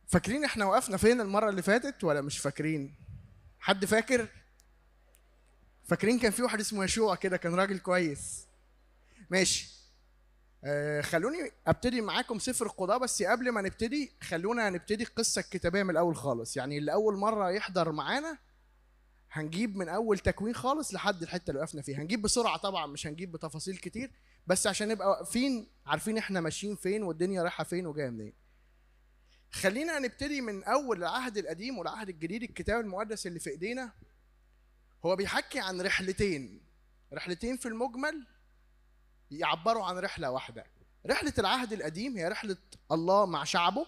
فاكرين احنا وقفنا فين المرة اللي فاتت ولا مش فاكرين؟ حد فاكر؟ فاكرين كان في واحد اسمه يشوع كده، كان راجل كويس. ماشي. خلوني ابتدي معاكم سفر القضاء، بس قبل ما نبتدي خلونا نبتدي القصة الكتابية من الاول خالص. يعني اللي اول مرة يحضر معانا هنجيب من اول تكوين خالص لحد الحتة اللي وقفنا فيها. هنجيب بسرعة طبعا، مش هنجيب بتفاصيل كتير، بس عشان نبقى واقفين عارفين احنا ماشيين فين والدنيا رايحة فين وجاية منين. خلينا نبتدي من اول العهد القديم والعهد الجديد. الكتاب المقدس اللي في ايدينا هو بيحكي عن رحلتين في المجمل يعبروا عن رحلة واحدة. رحلة العهد القديم هي رحلة الله مع شعبه،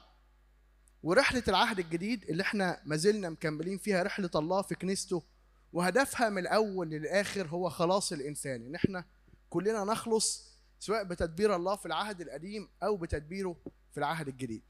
ورحلة العهد الجديد اللي احنا ما زلنا مكملين فيها رحلة الله في كنيسته، وهدفها من الأول للآخر هو خلاص الإنسان، إن احنا كلنا نخلص سواء بتدبير الله في العهد القديم أو بتدبيره في العهد الجديد.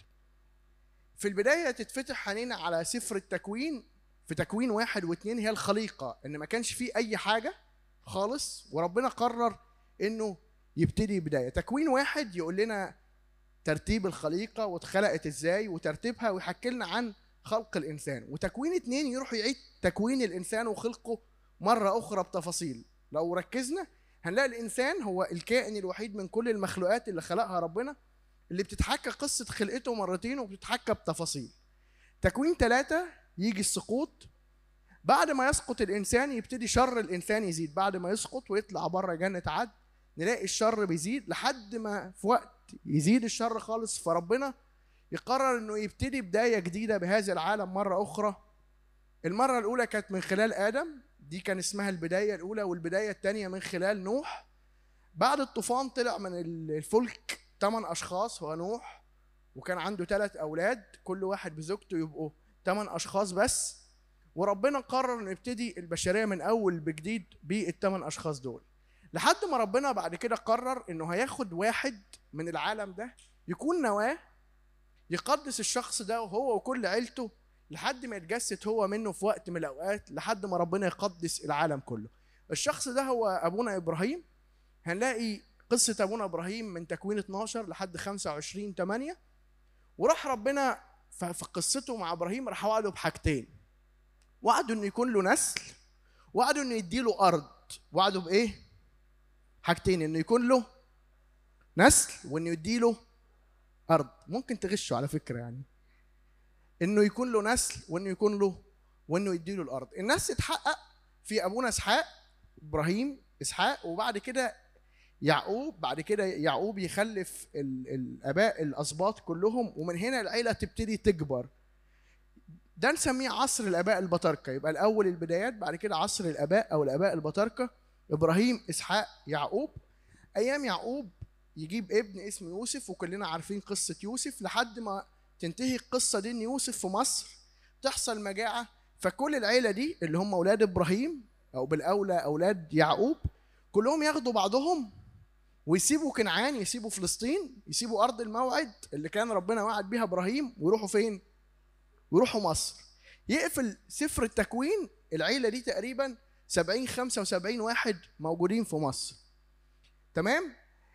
في البداية تتفتح عينينا على سفر التكوين. في تكوين 1 و2 هي الخليقة، إن ما كانش فيه أي حاجة خالص وربنا قرر إنه يبتدي بداية. تكوين 1 يقول لنا ترتيب الخليقة واتخلقت إزاي وترتيبها، ويحكي لنا عن خلق الإنسان. وتكوين 2 يروح يعيد تكوين الإنسان وخلقه مرة أخرى بتفاصيل. لو ركزنا هنلاقي الإنسان هو الكائن الوحيد من كل المخلوقات اللي خلقها ربنا اللي بتتحكى قصة خلقته مرتين وبتتحكى بتفاصيل. تكوين 3 يجي السقوط. بعد ما يسقط الإنسان يبتدي شر الإنسان يزيد. بعد ما يسقط ويطلع بره جنة عدن نلاقي الشر بيزيد لحد ما في وقت يزيد الشر خالص، فربنا يقرر إنه يبتدي بداية جديدة بهذا العالم مرة أخرى. المرة الأولى كانت من خلال آدم، دي كان اسمها البداية الأولى، والبداية الثانية من خلال نوح. بعد الطوفان طلع من الفلك 8 أشخاص، هو نوح وكان عنده 3 أولاد كل واحد بزوجته، يبقوا 8 أشخاص بس. وربنا قرر إنه يبتدي البشرية من أول بجديد بال8 أشخاص دول، لحد ما ربنا بعد كده قرر إنه هياخد واحد من العالم ده يكون نواة يقدس الشخص ده وهو وكل عيلته لحد ما يتجسد هو منه في وقت من الأوقات، لحد ما ربنا يقدس العالم كله. الشخص ده هو أبونا إبراهيم. هنلاقي قصة أبونا إبراهيم من تكوين 12 لحد 25/8. وراح ربنا في قصته مع إبراهيم راح وعده بحاجتين. وعده إنه يكون له نسل، وعده إنه يديله أرض. وعده بإيه؟ حاجتين، إنه يكون له نسل وإنه يديله أرض. ممكن تغشه على فكرة، يعني إنه يكون له نسل وإنه يديله الأرض. النسل اتحقق في أبونا إسحاق، إبراهيم إسحاق، وبعد كده يعقوب. بعد كده يعقوب يخلف الآباء الأسباط كلهم، ومن هنا العيلة تبتدي تكبر. ده نسميه عصر الآباء البطاركة. يبقى الأول البدايات، بعد كده عصر الآباء أو الآباء البطاركة، إبراهيم إسحاق يعقوب. أيام يعقوب يجيب ابن اسمه يوسف، وكلنا عارفين قصة يوسف، لحد ما تنتهي القصة دي إن يوسف في مصر تحصل مجاعة، فكل العيلة دي اللي هم أولاد إبراهيم أو بالأولى أولاد يعقوب كلهم ياخدوا بعضهم ويسيبوا كنعان، يسيبوا فلسطين، يسيبوا أرض الموعد اللي كان ربنا وعد بيها إبراهيم، ويروحوا فين؟ ويروحوا مصر. يقفل سفر التكوين العيلة دي تقريبا 75 واحد موجودين في مصر. تمام؟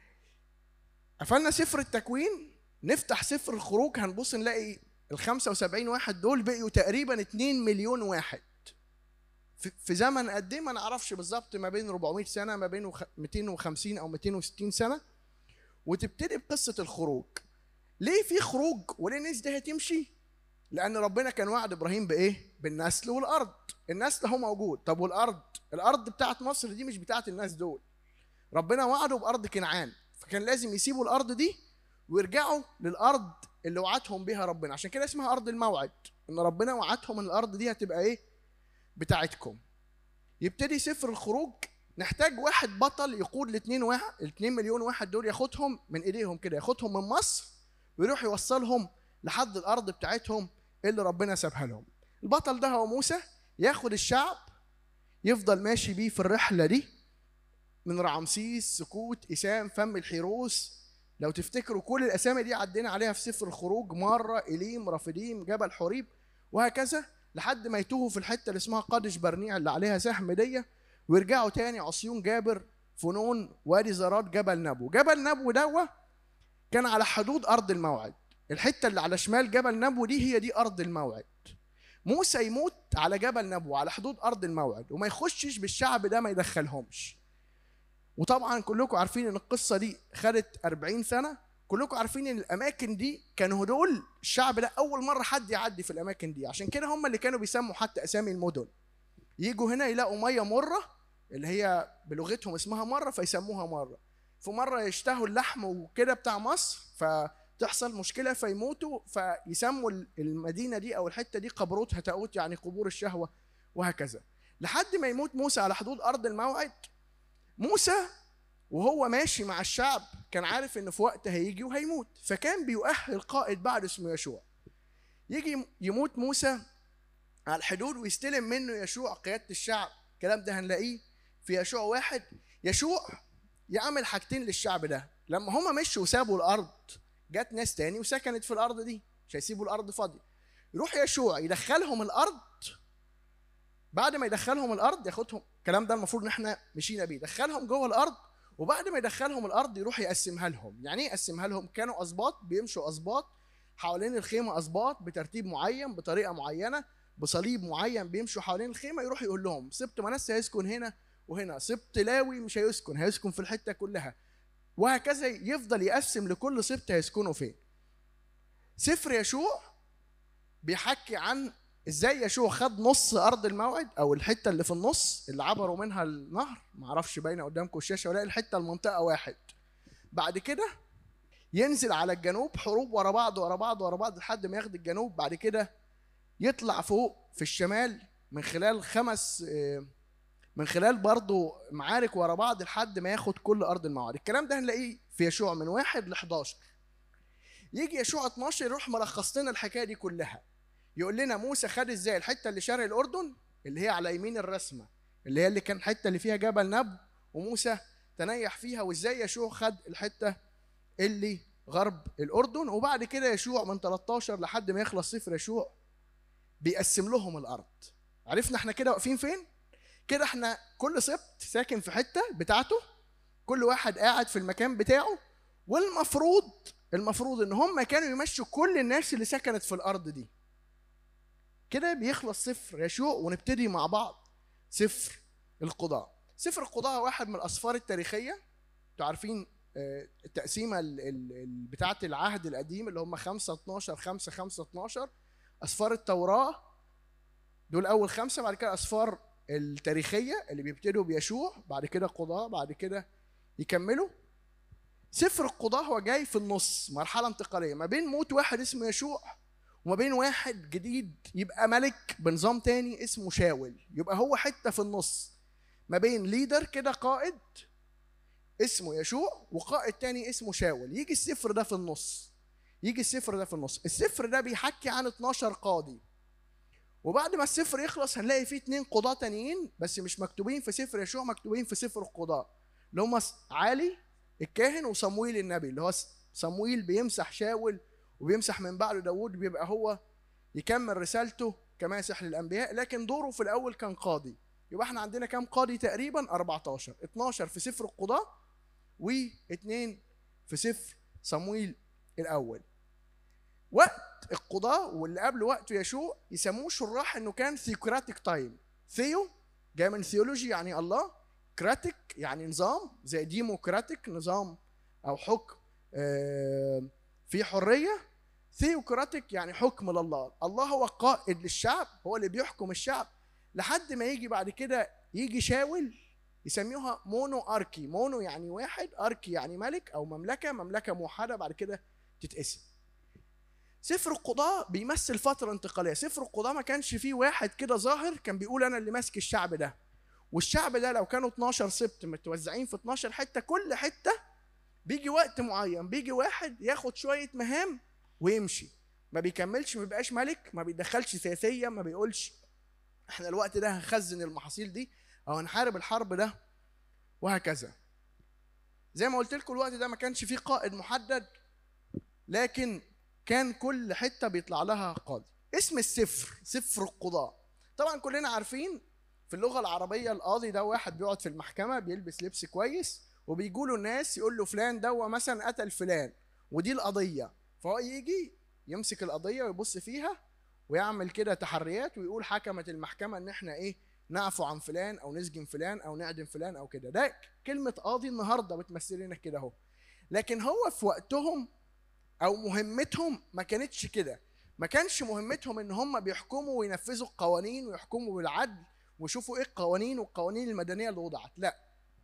قفلنا سفر التكوين، نفتح سفر الخروج هنبص نلاقي 75 واحد دول بقيوا تقريبا 2 مليون واحد في زمن قد ايه ما نعرفش بالظبط، ما بين 400 سنه، ما بين 250 او 260 سنه. وتبتدي بقصه الخروج. ليه في خروج وليه الناس دي هتمشي؟ لان ربنا كان وعد ابراهيم بايه؟ بالنسل والارض. النسل هو موجود، طب والارض؟ الارض بتاعت مصر دي مش بتاعت الناس دول، ربنا وعده بارض كنعان، فكان لازم يسيبوا الارض دي ويرجعوا للارض اللي وعدهم بها ربنا. عشان كده اسمها ارض الموعد، ان ربنا وعدهم ان الارض دي هتبقى ايه؟ بتاعتكم. يبتدي سفر الخروج. نحتاج واحد بطل يقود ال2 مليون واحد دول، ياخدهم من ايديهم كده، ياخدهم من مصر ويروح يوصلهم لحد الارض بتاعتهم اللي ربنا سابها لهم. البطل ده هو موسى. ياخد الشعب يفضل ماشي بيه في الرحله دي من رعمسيس، سكوت، إسام، فم الحيروس. لو تفتكروا كل الاسامي دي عدينا عليها في سفر الخروج، مره، إليم، رافديم، جبل حوريب، وهكذا لحد ما يتوهوا في الحته اللي اسمها قادش برنيع اللي عليها سهم ديه، ويرجعوا تاني عصيون جابر، فنون، وادي زراد، جبل نبو. جبل نبو دوه كان على حدود ارض الموعد. الحته اللي على شمال جبل نبو دي هي دي ارض الموعد. موسى يموت على جبل نبو على حدود ارض الموعد، وما يخشش بالشعب ده، ما يدخلهمش. وطبعا كلكم عارفين ان القصه دي خدت 40 سنه. كلكم عارفين ان الاماكن دي كانوا دول الشعب ده اول مره حد يعدي في الاماكن دي، عشان كده هم اللي كانوا بيسموا حتى اسامي المدن. يجوا هنا يلاقوا ميه مره اللي هي بلغتهم اسمها مره فيسموها مره. في مره يشتهوا اللحم وكده بتاع مصر فتحصل مشكله فيموتوا، فيسموا المدينه دي او الحته دي قبروت هتاوت، يعني قبور الشهوه، وهكذا لحد ما يموت موسى على حدود ارض الموعد. موسى وهو ماشي مع الشعب كان عارف ان في وقت هيجي وهيموت، فكان بيؤهل قائد بعد اسمه يشوع. يجي يموت موسى على الحدود ويستلم منه يشوع قيادة الشعب. الكلام ده هنلاقيه في يشوع 1. يشوع يعمل حاجتين للشعب ده. لما هما مشوا وسابوا الارض، جت ناس تاني وسكنت في الارض دي، مش هيسيبوا الارض فاضيه. يروح يشوع يدخلهم الارض. بعد ما يدخلهم الارض ياخدهم، الكلام ده المفروض ان احنا مشينا بيه، دخلهم جوه الارض. وبعد ما يدخلهم الارض يروح يقسمها لهم. يعني ايه يقسمها لهم؟ كانوا اسباط بيمشوا اسباط حوالين الخيمه، اسباط بترتيب معين بطريقه معينه بصليب معين بيمشوا حوالين الخيمه. يروح يقول لهم سبط منسى هيسكن هنا وهنا، سبط لاوي مش هيسكن في الحته كلها، وهكذا يفضل يقسم لكل سبط هيسكنوا فين. سفر يشوع بيحكي عن ازاي يشوع خد نص ارض الموعد او الحته اللي في النص اللي عبروا منها النهر. معرفش باينه قدامكم الشاشه ولا الحته المنطقه 1. بعد كده ينزل على الجنوب حروب ورا بعض ورا بعض ورا بعض لحد ما ياخد الجنوب. بعد كده يطلع فوق في الشمال من خلال برضه معارك ورا بعض لحد ما ياخد كل ارض الموعد. الكلام ده هنلاقيه في يشوع من 1 ل 11. يجي يشوع 12 يروح ملخص لنا الحكايه دي كلها، يقول لنا موسى خد ازاي الحته اللي شرق الاردن اللي هي على يمين الرسمه، اللي هي اللي كان الحته اللي فيها جبل نبو وموسى تنيح فيها، وازاي يشوع خد الحته اللي غرب الاردن. وبعد كده يشوع من 13 لحد ما يخلص سفر يشوع بيقسم لهم الارض. عرفنا احنا كده واقفين فين؟ كده احنا كل سبط ساكن في حته بتاعته، كل واحد قاعد في المكان بتاعه. والمفروض ان هم كانوا يمشوا كل الناس اللي سكنت في الارض دي. كده بيخلص سفر يشوع ونبتدي مع بعض سفر القضاء. سفر القضاء واحد من الاسفار التاريخيه. انتوا عارفين التقسيمه بتاعه العهد القديم اللي هم 5 12 5 5 12. اسفار التوراه دول اول 5، بعد كده اسفار التاريخيه اللي بيبتدوا بيشوع، بعد كده قضاء، بعد كده يكملوا. سفر القضاء هو جاي في النص، مرحله انتقاليه ما بين موت واحد اسمه يشوع وما بين واحد جديد يبقى ملك بنظام تاني اسمه شاول. يبقى هو حته في النص ما بين ليدر كده قائد اسمه يشوع وقائد تاني اسمه شاول. يجي السفر ده في النص. السفر ده بيحكي عن 12 قاضي. وبعد ما السفر يخلص هنلاقي فيه 2 قضاة تانيين بس مش مكتوبين في سفر يشوع، مكتوبين في سفر القضاء، اللي هم عالي الكاهن وصمويل النبي. اللي هو صمويل بيمسح شاول وبيمسح من بعده داود، بيبقى هو يكمل رسالته كماسح للأنبياء، لكن دوره في الأول كان قاضي. يبقى احنا عندنا كام قاضي تقريبا؟ 14. 12 في سفر القضاء و2 في سفر صمويل الأول. وقت القضاء واللي قبل وقت يشوع يسموه شراح انه كان ثيوكراتيك تايم. ثيو جاي من ثيولوجي يعني الله، كراتيك يعني نظام زي ديموكراتيك نظام او حكم في حريه. ثيوكراتيك يعني حكم لله. الله هو قائد للشعب، هو اللي بيحكم الشعب لحد ما يجي بعد كده يجي شاول يسميوها مونو اركي. مونو يعني واحد، اركي يعني ملك او مملكه موحده بعد كده تتقسم. سفر القضاء بيمثل فترة انتقالية. سفر القضاء ما كانش فيه واحد كده ظاهر كان بيقول أنا اللي ماسك الشعب ده، والشعب ده لو كانوا 12 سبط متوزعين في 12 حتة، كل حتة بيجي وقت معين بيجي واحد ياخد شوية مهام ويمشي، ما بيكملش، ما بيبقاش ملك، ما بيدخلش سياسية، ما بيقولش احنا الوقت ده هنخزن المحاصيل دي أو هنحارب الحرب ده، وهكذا. زي ما قلت لكم الوقت ده ما كانش فيه قائد محدد، لكن كان كل حته بيطلع لها قاضي. اسم السفر سفر القضاء. طبعا كلنا عارفين في اللغه العربيه القاضي ده واحد بيقعد في المحكمه بيلبس لبس كويس وبيجوا له الناس يقول له فلان ده مثلا قتل فلان ودي القضيه، فهو يجي يمسك القضيه ويبص فيها ويعمل كده تحريات ويقول حكمت المحكمه ان احنا ايه، نعفو عن فلان او نسجن فلان او نعدم فلان او كده. ده كلمه قاضي النهارده بتمثل لنا كده اهو. لكن هو في وقتهم او مهمتهم ما كانتش كده. ما كانش مهمتهم ان هم بيحكموا وينفذوا القوانين ويحكموا بالعدل ويشوفوا ايه القوانين والقوانين المدنيه اللي وضعت، لا،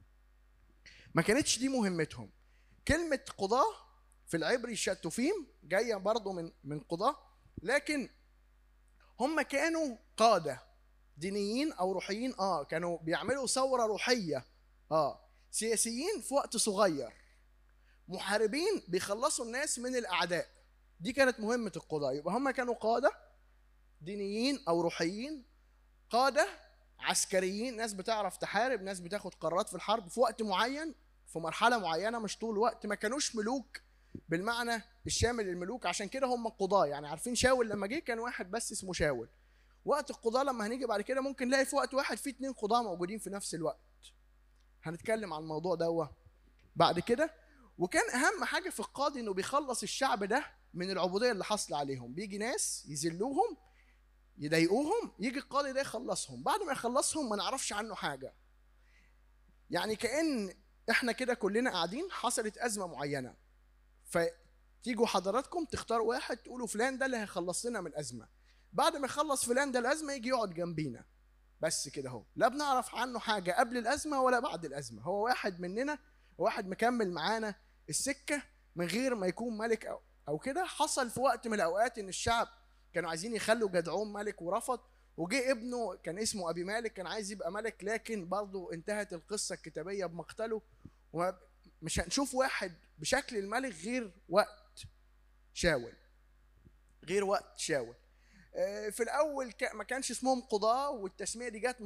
ما كانتش دي مهمتهم. كلمه قضاه في العبري شاتوفيم جايه برضو من قضاه، لكن هم كانوا قاده دينيين او روحيين، كانوا بيعملوا ثوره روحيه، سياسيين في وقت صغير، محاربين بيخلصوا الناس من الاعداء. دي كانت مهمه القضاه. يبقى هم كانوا قاده دينيين او روحيين، قاده عسكريين، ناس بتعرف تحارب، ناس بتاخد قرارات في الحرب في وقت معين، في مرحله معينه، مش طول الوقت. ما كانوش ملوك بالمعنى الشامل للملوك، عشان كده هم قضاه. يعني عارفين شاول لما جه كان واحد بس اسمه شاول. وقت القضاه لما هنيجي بعد كده ممكن نلاقي في وقت واحد فيه 2 قضاه موجودين في نفس الوقت. هنتكلم عن الموضوع ده بعد كده. وكان اهم حاجه في القاضي انه بيخلص الشعب ده من العبوديه اللي حاصله عليهم. بيجي ناس يذلوهم يضايقوهم، يجي القاضي ده يخلصهم. بعد ما يخلصهم ما نعرفش عنه حاجه. يعني كأن احنا كده كلنا قاعدين، حصلت ازمه معينه، فتيجوا حضراتكم تختاروا واحد تقولوا فلان ده اللي هيخلص لنا من الازمه. بعد ما يخلص فلان ده الازمه يجي يقعد جنبينا، بس كده اهو. لا بنعرف عنه حاجه قبل الازمه ولا بعد الازمه. هو واحد مننا، واحد مكمل معانا السكه من غير ما يكون ملك او كده. حصل في وقت من الاوقات ان الشعب كانوا عايزين يخلوا جدعون ملك ورفض، وجه ابنه كان اسمه ابي مالك كان عايز يبقى ملك، لكن برضه انتهت القصه الكتابيه بمقتله. ومش هنشوف واحد بشكل الملك غير وقت شاول، غير وقت شاول. في الاول ما كانش اسمهم قضاه، والتسميه دي جت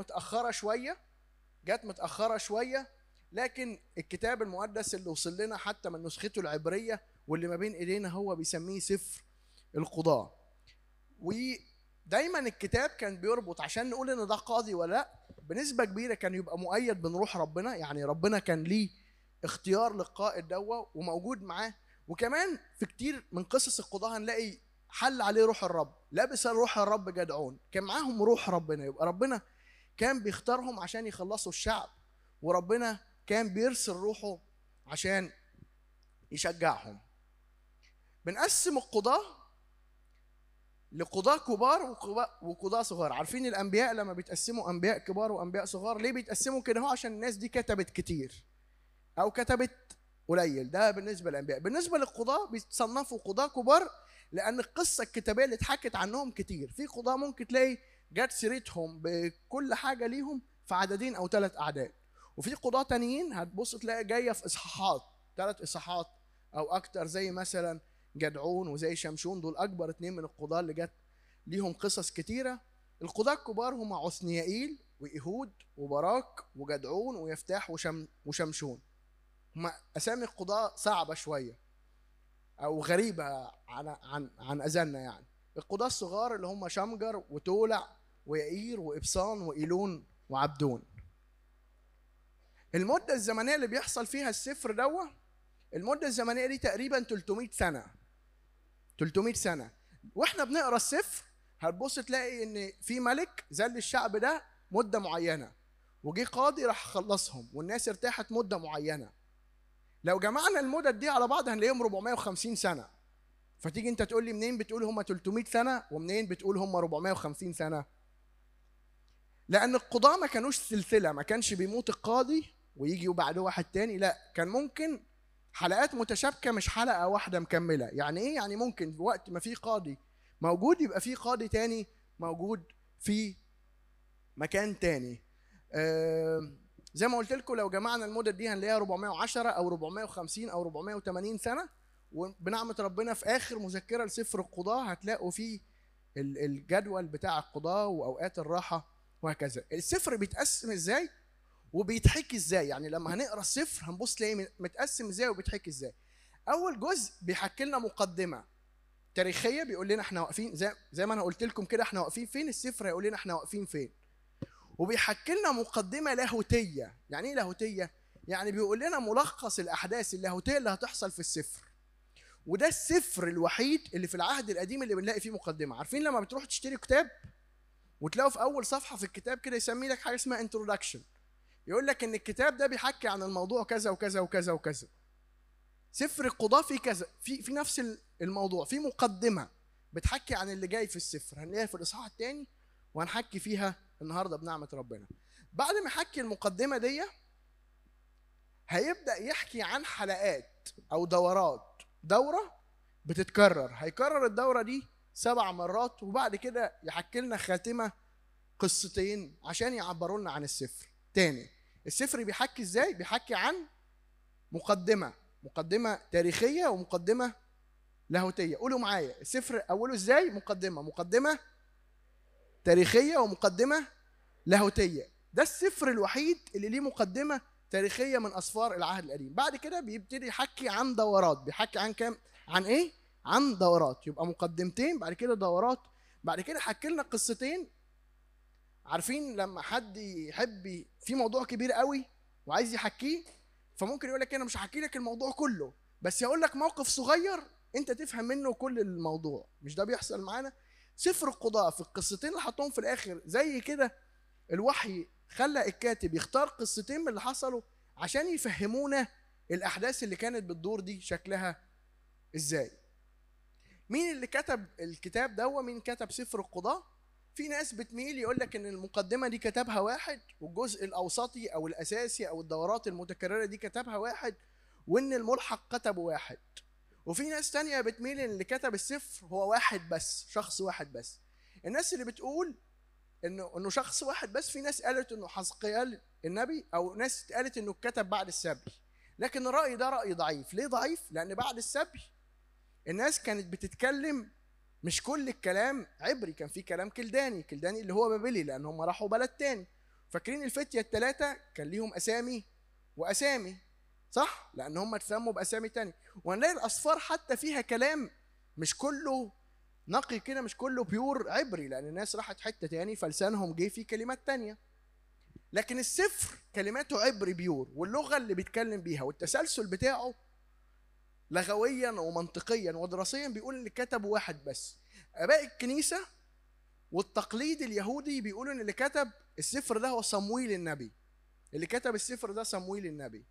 متاخره شويه. لكن الكتاب المقدس اللي وصل لنا حتى من نسخته العبريه واللي ما بين ايدينا هو بيسميه سفر القضاه. ودايما الكتاب كان بيربط، عشان نقول ان ده قاضي ولا لا، بنسبه كبيره كان يبقى مؤيد من روح ربنا. يعني ربنا كان ليه اختيار للقائد دوا وموجود معاه. وكمان في كتير من قصص القضاه هنلاقي حل عليه روح الرب، لبس روح الرب جدعون، كان معاهم روح ربنا. يبقى ربنا كان بيختارهم عشان يخلصوا الشعب، وربنا كان بيرسل روحه عشان يشجعهم. بنقسم القضاه لقضاه كبار وقضاه صغار. عارفين الانبياء لما بيتقسموا انبياء كبار وانبياء صغار، ليه بيتقسموا كده؟ هو عشان الناس دي كتبت كتير او كتبت قليل. ده بالنسبه للانبياء. بالنسبه للقضاه بيتصنفوا قضاه كبار لان القصه الكتابيه اللي اتحكت عنهم كتير. في قضاه ممكن تلاقي جت سيرتهم بكل حاجه ليهم في عددين او 3 اعداد، وفي قضاه تانيين هتبص تلاقي جايه في اصحاحات، 3 اصحاحات او اكتر، زي مثلا جدعون وزي شمشون. دول اكبر 2 من القضاه اللي جت ليهم قصص كتيره. القضاه الكبار هم عثنيائيل وايهود وبراك وجدعون ويفتاح وشمشون. هم اسامي القضاه صعبه شويه او غريبه عن اذاننا. يعني القضاه الصغار اللي هم شمجر وتولع ويائير وابصان وايلون وعبدون. المده الزمنيه اللي بيحصل فيها السفر دوه، المده الزمنيه دي تقريبا 300 سنه. 300 سنه. واحنا بنقرا السفر هتبص تلاقي ان في ملك ذل الشعب ده مده معينه، وجي قاضي راح خلصهم والناس ارتاحت مده معينه. لو جمعنا المدد دي على بعض هنلاقيهم 450 سنه. فتيجي انت تقول لي منين بتقول هم 300 سنه ومنين بتقول هم 450 سنه؟ لان القضاه ما كانوش سلسله، ما كانش بيموت القاضي ويجي وبعده واحد تاني، لا، كان ممكن حلقات متشابكه مش حلقه واحده مكمله. يعني ايه؟ يعني ممكن في وقت ما في قاضي موجود يبقى في قاضي تاني موجود في مكان تاني. زي ما قلت لكم لو جمعنا المدد دي هنلاقيها 410 او 450 او 480 سنه. وبنعمه ربنا في اخر مذكره لسفر القضاه هتلاقوا فيه الجدول بتاع القضاه واوقات الراحه وهكذا. السفر بيتقسم ازاي وبيتحكي ازاي؟ يعني لما هنقرا السفر هنبص تلاقيه متقسم ازاي وبيتحكي ازاي. اول جزء بيحكي لنا مقدمه تاريخيه، بيقول لنا احنا واقفين زي ما انا قلت لكم كده، احنا واقفين فين. السفر هيقول لنا احنا واقفين فين. وبيحكي لنا مقدمه لاهوتيه. يعني ايه لاهوتيه؟ يعني بيقول لنا ملخص الاحداث اللاهوتيه اللي هتحصل في السفر. وده السفر الوحيد اللي في العهد القديم اللي بنلاقي فيه مقدمه. عارفين لما بتروح تشتري كتاب وتلاقوا في اول صفحه في الكتاب كده يسمي لك حاجه اسمها انترودكشن، يقول لك ان الكتاب ده بيحكي عن الموضوع كذا وكذا وكذا وكذا. سفر القضاء في كذا، في نفس الموضوع، في مقدمه بتحكي عن اللي جاي في السفر، هنلاقيها في الاصحاح الثاني وهنحكي فيها النهارده بنعمه ربنا. بعد ما يحكي المقدمه دي هيبدا يحكي عن حلقات او دورات، دوره بتتكرر، هيكرر الدوره دي 7 مرات، وبعد كده يحكي لنا خاتمه قصتين عشان يعبروا لنا عن السفر. تاني، السفر بيحكي ازاي؟ بيحكي عن مقدمه تاريخيه ومقدمه لاهوتيه. قولوا معايا، السفر اوله ازاي؟ مقدمه تاريخيه ومقدمه لاهوتيه. ده السفر الوحيد اللي ليه مقدمه تاريخيه من اسفار العهد القديم. بعد كده بيبتدي يحكي عن دورات، بيحكي عن كام؟ عن ايه؟ عن دورات. يبقى مقدمتين، بعد كده دورات، بعد كده حكي لنا قصتين. عارفين لما حد يحب في موضوع كبير قوي وعايز يحكيه، فممكن يقول لك انا مش هحكي لك الموضوع كله، بس هقول لك موقف صغير انت تفهم منه كل الموضوع. مش ده بيحصل معانا؟ سفر القضاء في القصتين اللي حطهم في الاخر زي كده، الوحي خلى الكاتب يختار قصتين من اللي حصلوا عشان يفهمونا الاحداث اللي كانت بتدور دي شكلها ازاي. مين اللي كتب الكتاب ده؟ مين كتب سفر القضاء؟ في ناس بتميل يقول لك ان المقدمه دي كتبها واحد، والجزء الاوسطي او الاساسي او الدورات المتكرره دي كتبها واحد، وان الملحق كتبه واحد. وفي ناس تانية بتميل ان اللي كتب السفر هو واحد بس، شخص واحد بس. الناس اللي بتقول انه شخص واحد بس، في ناس قالت انه حزقيال النبي، او ناس قالت انه اتكتب بعد السبي. لكن الراي ده راي ضعيف. ليه ضعيف؟ لان بعد السبي الناس كانت بتتكلم مش كل الكلام عبري، كان في كلام كلداني اللي هو بابلي، لان هم راحوا بلد تاني. فاكرين الفتيه الثلاثه كان ليهم اسامي واسامي، صح؟ لان هم اتسموا باسامي تاني. وهنلاقي الاسفار حتى فيها كلام مش كله نقي كده، مش كله بيور عبري، لان الناس راحت حته تاني فلسانهم جه فيه كلمات تانيه. لكن السفر كلماته عبري بيور، واللغه اللي بيتكلم بيها والتسلسل بتاعه لغويا ومنطقيا ودراسيا بيقول اللي كتبه واحد بس. اباء الكنيسه والتقليد اليهودي بيقولوا ان اللي كتب السفر ده هو صمويل النبي. اللي كتب السفر ده صمويل النبي.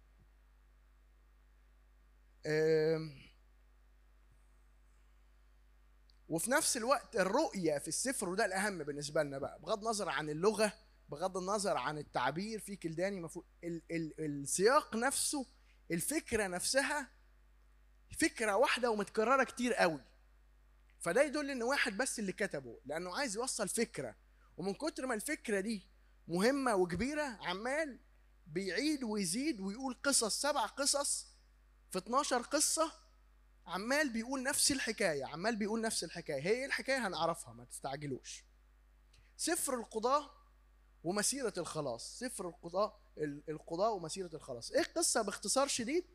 وفي نفس الوقت الرؤية في السفر، وده الأهم بالنسبة لنا بقى، بغض النظر عن اللغة، بغض النظر عن التعبير في كلداني مفهوم، السياق نفسه، الفكرة نفسها فكرة واحدة ومتكررة كتير قوي. فده يدل ان واحد بس اللي كتبه، لأنه عايز يوصل فكرة، ومن كتر ما الفكرة دي مهمة وكبيرة عمال بيعيد ويزيد ويقول قصص، 7 قصص في 12 قصة، عمال بيقول نفس الحكاية، هي ايه الحكاية؟ هنعرفها، ما تستعجلوش. سفر القضاء ومسيرة الخلاص. سفر القضاء ومسيرة الخلاص. ايه القصة باختصار شديد؟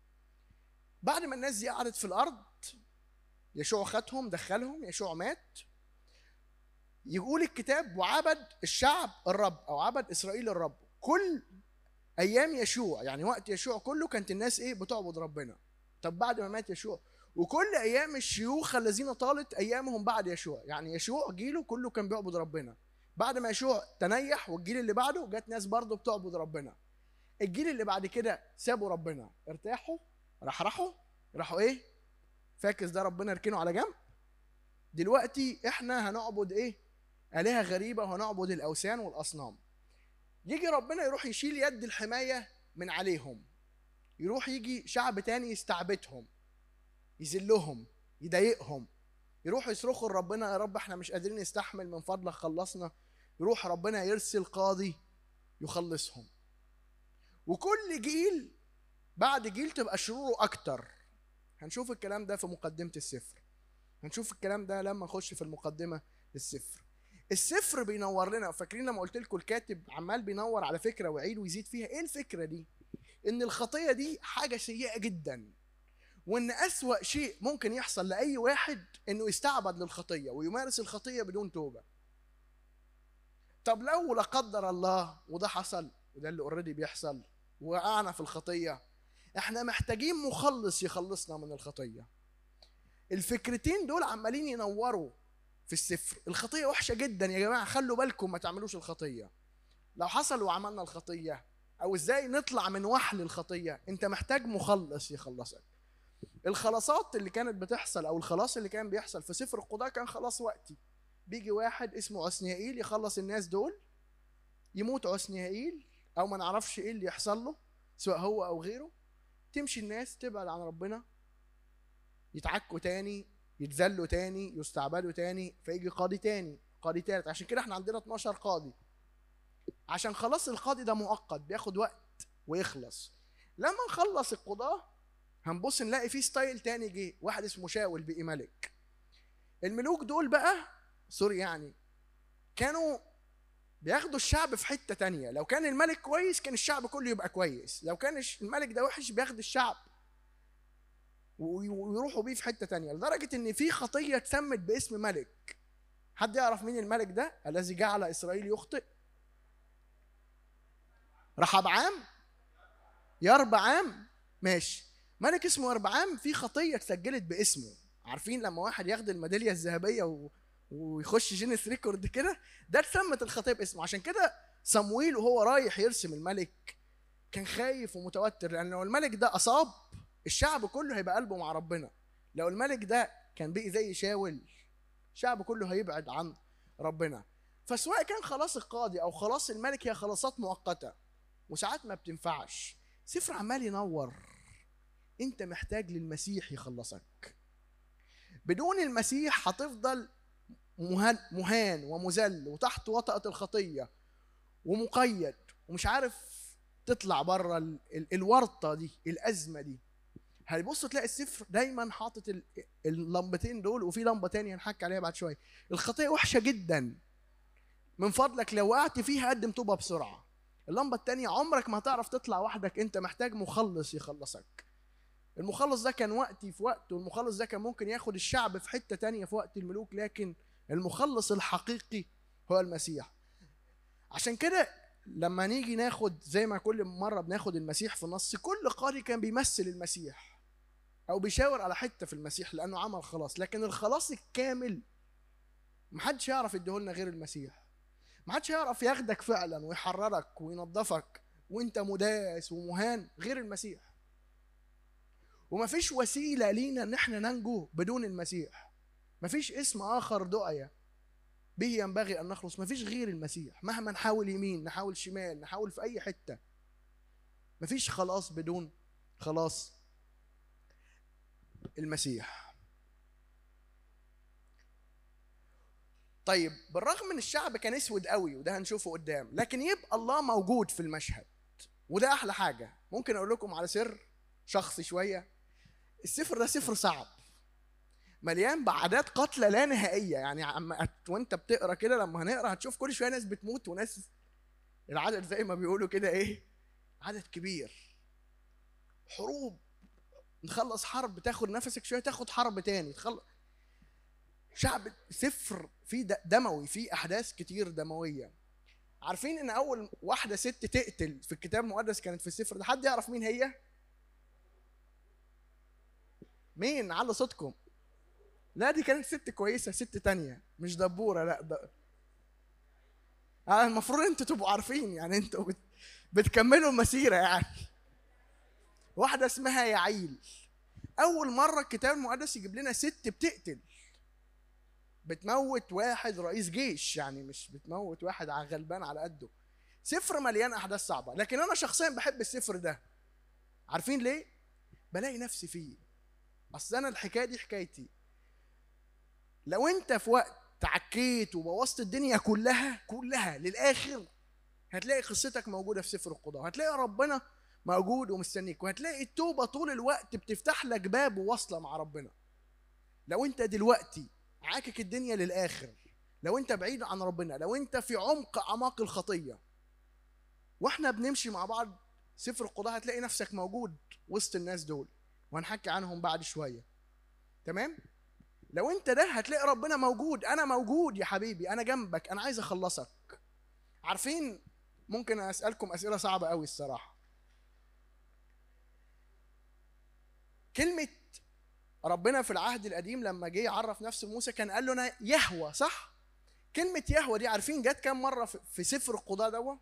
بعد ما الناس دي قعدت في الأرض، يشوع خدهم دخلهم، يشوع مات. يقول الكتاب وعبد الشعب الرب، أو عبد إسرائيل الرب كل أيام يشوع، يعني وقت يشوع كله كانت الناس ايه؟ بتعبد ربنا. طب بعد ما مات يشوع، وكل ايام الشيوخ الذين طالت ايامهم بعد يشوع، يعني يشوع جيله كله كان بيعبد ربنا. بعد ما يشوع تنيح والجيل اللي بعده جت ناس برضه بتعبد ربنا. الجيل اللي بعد كده سابوا ربنا، ارتاحوا، راحوا ايه؟ فاكس ده ربنا يركنه على جنب. دلوقتي احنا هنعبد ايه؟ آلهة غريبة، وهنعبد الاوثان والاصنام. يجي ربنا يروح يشيل يد الحماية من عليهم، يروح يجي شعب تاني يستعبدهم، يذلهم، يضايقهم، يروحوا يصرخوا لربنا يا رب احنا مش قادرين نستحمل، من فضلك خلصنا. يروح ربنا يرسل قاضي يخلصهم. وكل جيل بعد جيل تبقى شروره اكتر. هنشوف الكلام ده في مقدمة السفر، هنشوف الكلام ده لما نخش في المقدمة للسفر. السفر بينور لنا. فاكرين لما قلت لكم الكاتب عمال بينور على فكرة ويعيد ويزيد فيها؟ ايه الفكرة دي؟ ان الخطية دي حاجة سيئة جدا، وان اسوأ شيء ممكن يحصل لاي واحد انه يستعبد للخطيه ويمارس الخطيه بدون توبه. طب لو لا قدر الله وده حصل، وده اللي اوريدي بيحصل، وقعنا في الخطيه، احنا محتاجين مخلص يخلصنا من الخطيه. الفكرتين دول عمالين ينوروا في السفر. الخطيه وحشه جدا يا جماعه، خلوا بالكم ما تعملوش الخطيه. لو حصل وعملنا الخطيه، او ازاي نطلع من وحل الخطيه، انت محتاج مخلص يخلصك. الخلاصات اللي كانت بتحصل او الخلاص اللي كان بيحصل في سفر القضاء كان خلاص وقتي. بيجي واحد اسمه عثنيائيل يخلص الناس دول، يموت عثنيائيل او ما نعرفش ايه اللي يحصل له سواء هو او غيره، تمشي الناس تبعد عن ربنا، يتعكوا تاني، يتذلوا تاني، يستعبدوا تاني، فيجي قاضي تاني، قاضي تالت. عشان كده احنا عندنا 12 قاضي، عشان خلاص القاضي ده مؤقت بياخد وقت ويخلص. لما نخلص القضاة هنبص نلاقي فيه ستايل تاني جه، واحد اسمه شاول بقي ملك. الملوك دول بقى سوري يعني كانوا بياخدوا الشعب في حتة تانية. لو كان الملك كويس كان الشعب كله يبقى كويس، لو كان الملك ده وحش بياخد الشعب ويروحوا بيه في حتة تانية، لدرجة ان في خطية اتسمت باسم ملك. حد يعرف مين الملك ده الذي جعل اسرائيل يخطئ؟ رحبعام؟ يربعام؟ ماشي، ملك اسمه يربعام في خطية اتسجلت باسمه. عارفين لما واحد ياخد الميدالية الذهبية ويخش جينيس ريكورد كده، ده اتسمت الخطية باسمه. عشان كده صمويل وهو رايح يرسم الملك كان خايف ومتوتر، لان لو الملك ده اصاب الشعب كله هيبقى قلبه مع ربنا. لو الملك ده كان بقي زي شاول الشعب كله هيبعد عن ربنا. فسواء كان خلاص القاضي او خلاص الملك هي خلاصات مؤقته وساعات ما بتنفعش. سفر عمال ينور، انت محتاج للمسيح يخلصك. بدون المسيح هتفضل مهان ومذل وتحت وطأة الخطية ومقيد ومش عارف تطلع بره الورطة دي، الأزمة دي. هيبص تلاقي السفر دايما حاطط اللمبتين دول، وفي لمبة تانية هنحكي عليها بعد شوية. الخطية وحشة جدا، من فضلك لو وقعت فيها قدم توبة بسرعة. اللمبة التانية عمرك ما هتعرف تطلع وحدك، انت محتاج مخلص يخلصك. المخلص ده كان وقتي في وقته، المخلص ده كان ممكن ياخد الشعب في حتة تانية في وقت الملوك، لكن المخلص الحقيقي هو المسيح. عشان كده لما نيجي ناخد زي ما كل مرة بناخد المسيح في النص، كل قارئ كان بيمثل المسيح او بيشاور على حتة في المسيح لانه عمل خلاص. لكن الخلاص الكامل محدش يعرف يديهولنا غير المسيح. محدش يعرف ياخدك فعلا ويحررك وينظفك وانت مداس ومهان غير المسيح. ومفيش وسيلة لينا ان احنا ننجو بدون المسيح. مفيش اسم اخر دعية به ينبغي ان نخلص، مفيش غير المسيح. مهما نحاول يمين نحاول شمال نحاول في اي حتة، مفيش خلاص بدون خلاص المسيح. طيب بالرغم ان الشعب كان اسود قوي وده هنشوفه قدام، لكن يبقى الله موجود في المشهد، وده احلى حاجة. ممكن اقول لكم على سر شخصي شوية. السفر ده سفر صعب مليان بعادات قتلى لا نهائيه. يعني وانت بتقرا كده لما هنقرا هتشوف كل شويه ناس بتموت وناس، العدد زي ما بيقولوا كده ايه، عدد كبير. حروب، نخلص حرب تاخد نفسك شويه تاخد حرب تاني تخلص. شعب سفر فيه دموي، فيه احداث كتير دمويه. عارفين ان اول واحده ست تقتل في الكتاب المقدس كانت في السفر ده؟ حد يعرف مين هي؟ مين؟ على صوتكم. لا دي كانت ست كويسه، ست تانية مش دبوره، لا المفروض انتوا تبقوا عارفين، يعني انتوا بتكملوا المسيره يعني. واحده اسمها يعيل. اول مره الكتاب المقدس يجيب لنا ست بتقتل، بتموت واحد رئيس جيش، يعني مش بتموت واحد غلبان على قده. سفر مليان احداث صعبه، لكن انا شخصيا بحب السفر ده. عارفين ليه؟ بلاقي نفسي فيه. اصل انا الحكايه دي حكايتي. لو انت في وقت تعكيت وبوظت الدنيا كلها للاخر، هتلاقي قصتك موجوده في سفر القضاء، هتلاقي ربنا موجود ومستنيك، وهتلاقي التوبه طول الوقت بتفتح لك باب وواصله مع ربنا. لو انت دلوقتي عاكك الدنيا للاخر، لو انت بعيد عن ربنا، لو انت في عمق اعماق الخطيه، واحنا بنمشي مع بعض سفر القضاء هتلاقي نفسك موجود وسط الناس دول، وهنحكي عنهم بعد شويه. تمام؟ لو انت ده هتلاقي ربنا موجود. انا موجود يا حبيبي، انا جنبك، انا عايز اخلصك. عارفين، ممكن اسالكم اسئله صعبه قوي الصراحه. كلمه ربنا في العهد القديم لما جه يعرف نفسه موسى كان قال له انا يهوه، صح؟ كلمه يهوه دي عارفين جت كام مره في سفر القضاء دوت؟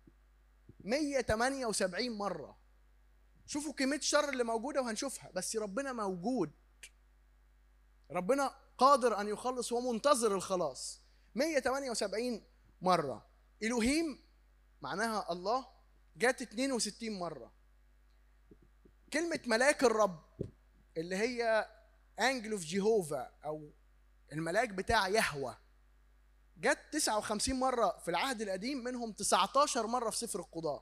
178 مره. شوفوا كميه الشر اللي موجوده وهنشوفها، بس ربنا موجود، ربنا قادر ان يخلص ومنتظر الخلاص. 178 مره. الوهيم معناها الله جت 62 مره. كلمه ملاك الرب اللي هي انجل اوف جيهوفا او الملاك بتاع يهوه جت 59 مره في العهد القديم، منهم 19 مره في سفر القضاء.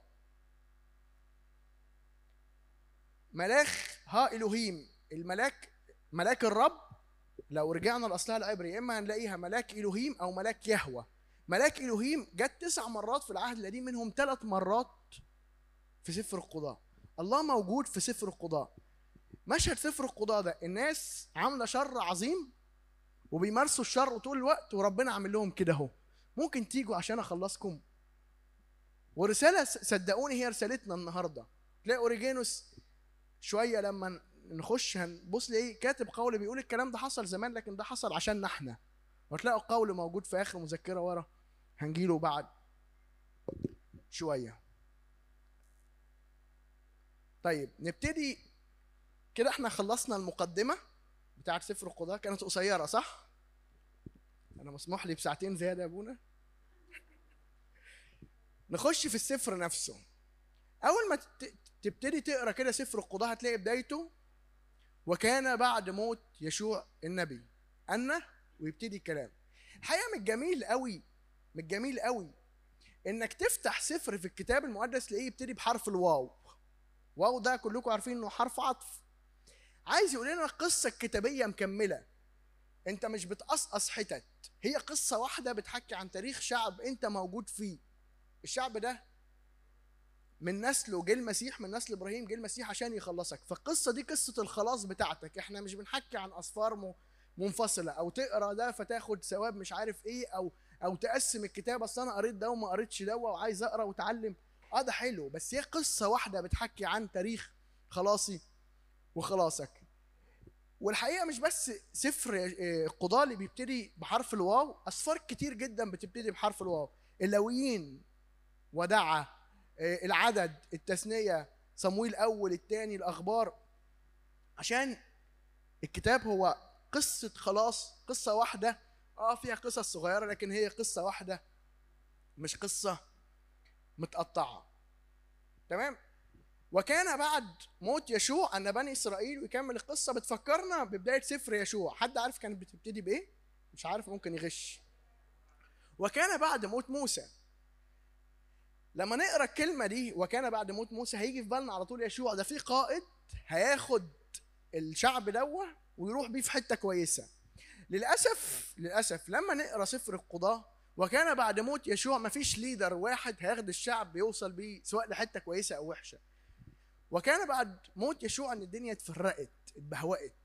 ملاخ ها الوهيم، الملاك ملاك الرب، لو رجعنا لاصلها العبري يا اما هنلاقيها ملاك الوهيم او ملاك يهوه. ملاك الوهيم جت 9 مرات في العهد القديم، منهم 3 مرات في سفر القضاء. الله موجود في سفر القضاء. مشهد سفر القضاء ده الناس عامله شر عظيم وبيمارسوا الشر طول الوقت، وربنا عامل لهم كده اهو، ممكن تيجوا عشان اخلصكم. ورساله صدقوني هي رسالتنا النهارده. تلاقي اوريجينوس شويه لما نخش هنبص لايه كاتب قول بيقول الكلام ده حصل زمان لكن ده حصل عشاننا احنا، وتلاقوا قول موجود في اخر مذكره ورا هنجيله بعد شويه. طيب نبتدي كده. احنا خلصنا المقدمه بتاعت سفر القضاء، كانت قصيره صح؟ انا مسموح لي بساعتين زياده يا ابونا. نخش في السفر نفسه. اول ما تبتدي تقرا كده سفر القضاء هتلاقي بدايته وكان بعد موت يشوع النبي أن، ويبتدي الكلام. الحقيقه من الجميل قوي، من الجميل قوي انك تفتح سفر في الكتاب المقدس تلاقيه يبتدي بحرف الواو. واو ده كلكم عارفين انه حرف عطف، عايز يقول لنا القصه الكتابيه مكمله، انت مش بتقصقص حتت، هي قصه واحده بتحكي عن تاريخ شعب انت موجود فيه. الشعب ده من نسله جه المسيح، من نسل ابراهيم جه المسيح عشان يخلصك. فالقصه دي قصه الخلاص بتاعتك. احنا مش بنحكي عن اسفار منفصله او تقرا ده فتاخد ثواب مش عارف ايه، او تقسم الكتاب اصل انا قريت ده وما قريتش ده وعايز اقرا واتعلم. ده حلو، بس هي قصه واحده بتحكي عن تاريخ خلاصي وخلاصك. والحقيقه مش بس سفر القضاء اللي بيبتدي بحرف الواو، اسفار كتير جدا بتبتدي بحرف الواو. اللاويين، ودعا، العدد، التثنيه، صمويل الاول الثاني، الاخبار. عشان الكتاب هو قصه خلاص، قصه واحده فيها قصص صغيره لكن هي قصه واحده، مش قصه متقطعه. تمام. وكان بعد موت يشوع ان بني اسرائيل، ويكمل القصه بتفكرنا ببدايه سفر يشوع. حد عارف كانت بتبتدي بايه؟ مش عارف، ممكن يغش. وكان بعد موت موسى. لما نقرا الكلمه دي وكان بعد موت موسى هيجي في بالنا على طول يشوع ده في قائد هياخد الشعب دوه ويروح بيه في حته كويسه. للاسف لما نقرا سفر القضاء وكان بعد موت يشوع مفيش ليدر واحد هياخد الشعب يوصل بيه سواء لحته كويسه او وحشه. وكان بعد موت يشوع ان الدنيا اتفرقت، اتبهوأت،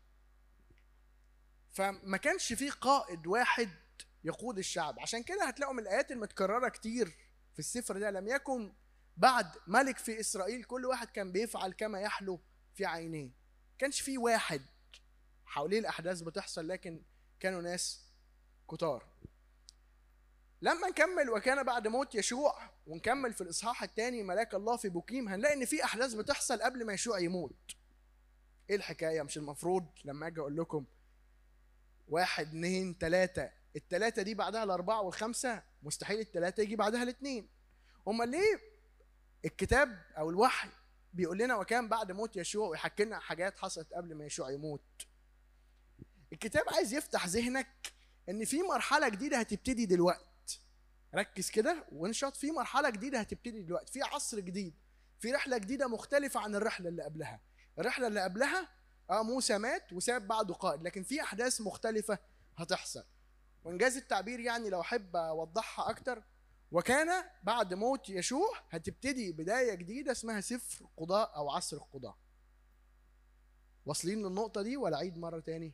فما كانش فيه قائد واحد يقود الشعب. عشان كده هتلاقوا من الايات المتكرره كتير في السفر ده لم يكن بعد ملك في اسرائيل، كل واحد كان بيفعل كما يحلو في عينيه. كانش فيه واحد حواليه الاحداث بتحصل، لكن كانوا ناس كتار. لما نكمل وكان بعد موت يشوع ونكمل في الاصحاح الثاني ملاك الله في بوكيم، هنلاقي ان في احداث بتحصل قبل ما يشوع يموت. ايه الحكايه؟ مش المفروض لما اجي اقول لكم 1 2 3 الثلاثه دي بعدها الاربعه والخمسه؟ مستحيل الثلاثه يجي بعدها الاثنين. امال ليه الكتاب او الوحي بيقول لنا وكان بعد موت يشوع ويحكي لنا حاجات حصلت قبل ما يشوع يموت؟ الكتاب عايز يفتح ذهنك ان في مرحله جديده هتبتدي دلوقتي. ركز كده وانشط، في مرحله جديده هتبتدي دلوقتي، في عصر جديد، في رحله جديده مختلفه عن الرحله اللي قبلها. الرحله اللي قبلها موسى مات وساب بعده قائد، لكن في احداث مختلفه هتحصل. وانجاز التعبير يعني لو احب اوضحها اكتر، وكان بعد موت يشوع هتبتدي بدايه جديده اسمها سفر قضاء او عصر القضاء. واصلين للنقطه دي ولا عيد مره تاني؟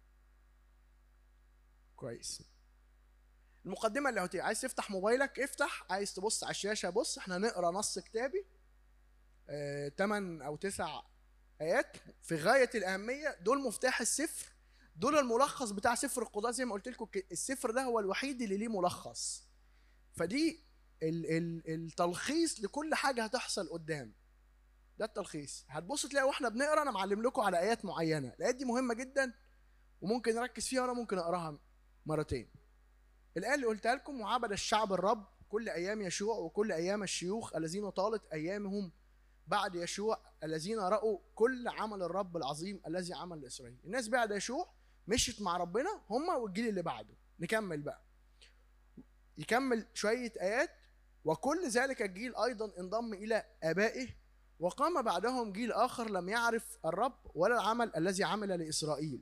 كويس. المقدمه اللي عايز تفتح موبايلك افتح، عايز تبص على الشاشه بص. احنا نقرا نص كتابي 8 أو 9 ايات في غايه الاهميه، دول مفتاح السفر، دول الملخص بتاع سفر القضاء. زي ما قلت لكم السفر ده هو الوحيد اللي ليه ملخص، فدي التلخيص لكل حاجه هتحصل قدام. ده التلخيص. هتبص تلاقي واحنا بنقرا انا معلم لكم على ايات معينه، الايات دي مهمه جدا وممكن نركز فيها، وانا ممكن اقراها مرتين. الايه اللي قلتها لكم: وعبد الشعب الرب كل ايام يشوع وكل ايام الشيوخ الذين طالت ايامهم بعد يشوع، الذين راوا كل عمل الرب العظيم الذي عمل لاسرائيل. الناس بعد يشوع مشيت مع ربنا، هم والجيل اللي بعده. نكمل بقى، يكمل شويه ايات: وكل ذلك الجيل ايضا انضم الى ابائه، وقام بعدهم جيل اخر لم يعرف الرب ولا العمل الذي عمل لاسرائيل.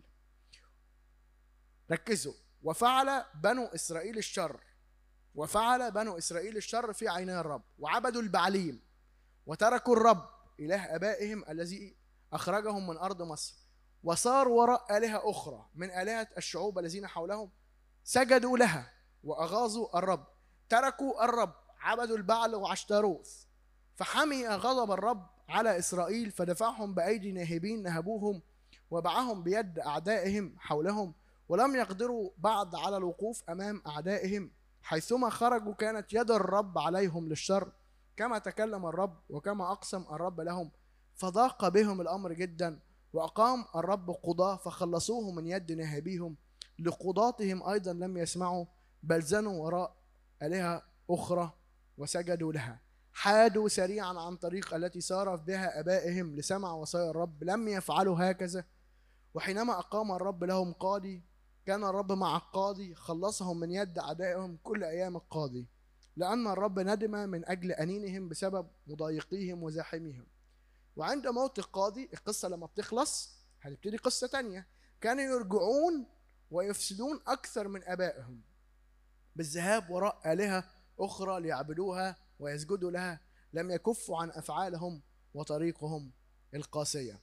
ركزوا: وفعل بنو اسرائيل الشر، وفعل بنو اسرائيل الشر في عيني الرب، وعبدوا البعليم، وتركوا الرب اله ابائهم الذي اخرجهم من ارض مصر، وصاروا وراء الهه اخرى من الهه الشعوب الذين حولهم، سجدوا لها واغاظوا الرب، تركوا الرب، عبدوا البعل وعشتروث، فحمي غضب الرب على اسرائيل، فدفعهم بايدي ناهبين نهبوهم، وباعهم بيد اعدائهم حولهم، ولم يقدروا بعد على الوقوف امام اعدائهم. حيثما خرجوا كانت يد الرب عليهم للشر، كما تكلم الرب وكما اقسم الرب لهم، فضاق بهم الامر جدا. واقام الرب قضاة فخلصوه من يد ناهبيهم، لقضاتهم ايضا لم يسمعوا، بل زنوا وراء الهه اخرى وسجدوا لها. حادوا سريعا عن طريق التي سار بها ابائهم لسمع وصايا الرب، لم يفعلوا هكذا. وحينما اقام الرب لهم قاضي، كان الرب مع القاضي، خلصهم من يد اعدائهم كل ايام القاضي، لان الرب ندم من اجل انينهم بسبب مضايقيهم وزاحميهم. وعند موت القاضي، القصه لما بتخلص هتبتدي قصه تانية: كانوا يرجعون ويفسدون اكثر من ابائهم بالذهاب وراء الهه اخرى ليعبدوها ويسجدوا لها، لم يكفوا عن افعالهم وطريقهم القاسيه.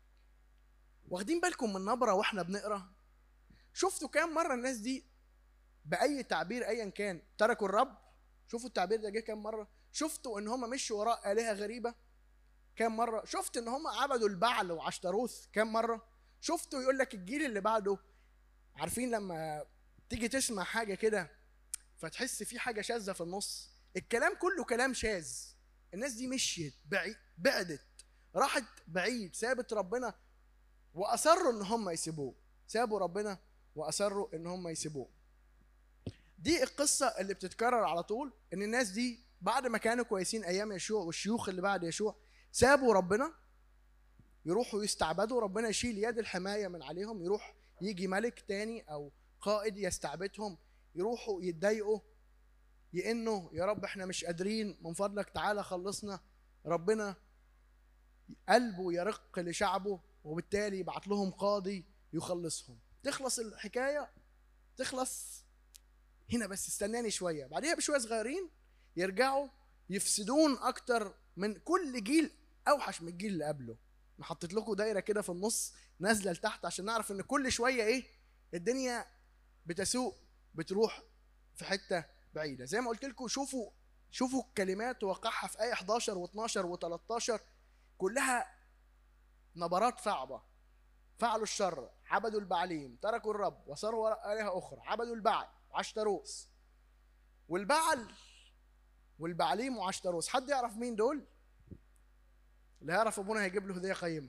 واخدين بالكم من نبره واحنا بنقرا؟ شفتوا كام مره الناس دي باي تعبير ايا كان تركوا الرب؟ شوفوا التعبير ده جه كام مره. شفتوا ان هم مشوا وراء الهه غريبه كام مره. شفت ان هم عبدوا البعل وعشتروث كام مره. شفتوا يقول لك الجيل اللي بعده، عارفين لما تيجي تسمع حاجه كده فتحس في حاجه شاذه في النص، الكلام كله كلام شاذ. الناس دي مشيت بعدت، راحت بعيد، سابت ربنا واصروا ان هم يسيبوه، سابوا ربنا واصروا ان هم يسيبوه. دي القصه اللي بتتكرر على طول، ان الناس دي بعد ما كانوا كويسين ايام يشوع والشيوخ اللي بعد يشوع، سابوا ربنا يروحوا يستعبدوا، ربنا يشيل يد الحمايه من عليهم، يروح يجي ملك تاني او قائد يستعبدهم، يروحوا يتضايقوا، يئنوا: يا رب احنا مش قادرين، من فضلك تعالى خلصنا. ربنا قلبه يرق لشعبه، وبالتالي يبعت لهم قاضي يخلصهم. تخلص الحكايه، تخلص هنا، بس استناني شويه. بعديها بشويه صغيرين يرجعوا يفسدون اكتر من كل جيل، اوحش من الجيل اللي قبله. انا حطيت لكم دايره كده في النص نازله لتحت عشان نعرف ان كل شويه ايه الدنيا بتسوق، بتروح في حته بعيده. زي ما قلت لكم، شوفوا الكلمات وقعها في ايه 11 و12 و13، كلها نبرات صعبه. فعلوا الشر، عبدوا البعليم، تركوا الرب، وصاروا وراء آلهة أخرى، عبدوا البعل وعشتروث. والبعل والبعليم وعشتروث، حد يعرف مين دول؟ اللي يعرف ابونا هيجيب له هديه قيمه.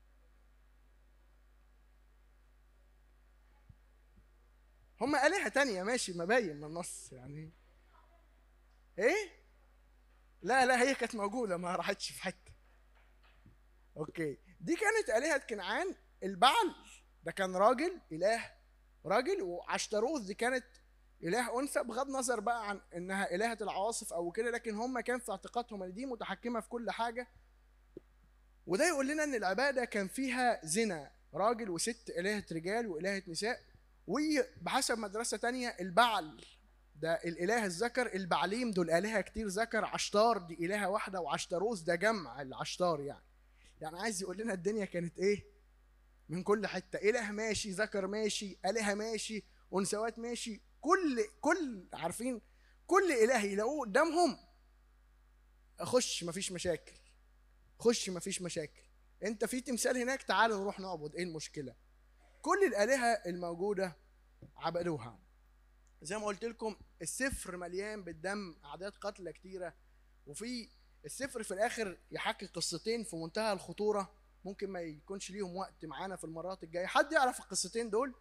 هم آلهة تانية، ماشي، مبين من النص يعني. ايه؟ لا هي كانت موجوده، ما راحتش في حته. اوكي، دي كانت آلهة كنعان. البعل ده كان راجل، إله راجل، وعشتروث دي كانت إله أنثى، بغض النظر بقى عن إنها إلهة العواصف أو كده، لكن هم كان في اعتقادهم إن دي متحكمة في كل حاجة. وده يقول لنا إن العبادة كان فيها زنا، راجل وست، إلهة رجال وإلهة نساء. وبحسب مدرسة تانية البعل ده الإله الذكر، البعليم دول آلهة كتير ذكر، عشتار دي إلهة واحدة، وعشتروث ده جمع العشتار يعني عايز يقول لنا الدنيا كانت إيه؟ من كل حته، اله ماشي، ذكر ماشي، الهه ماشي، انثوات ماشي، كل عارفين كل اله يلاقوه قدامهم خش مفيش مشاكل، خش مفيش مشاكل. انت في تمثال هناك، تعال نروح نعبد، ايه المشكله؟ كل الالهه الموجوده عبدوها. زي ما قلت لكم السفر مليان بالدم، اعداد قتلى كتيره، وفي السفر في الاخر يحكي قصتين في منتهى الخطوره، ممكن ما يكونش ليهم وقت معانا في المرات الجايه. حد يعرف القصتين دول؟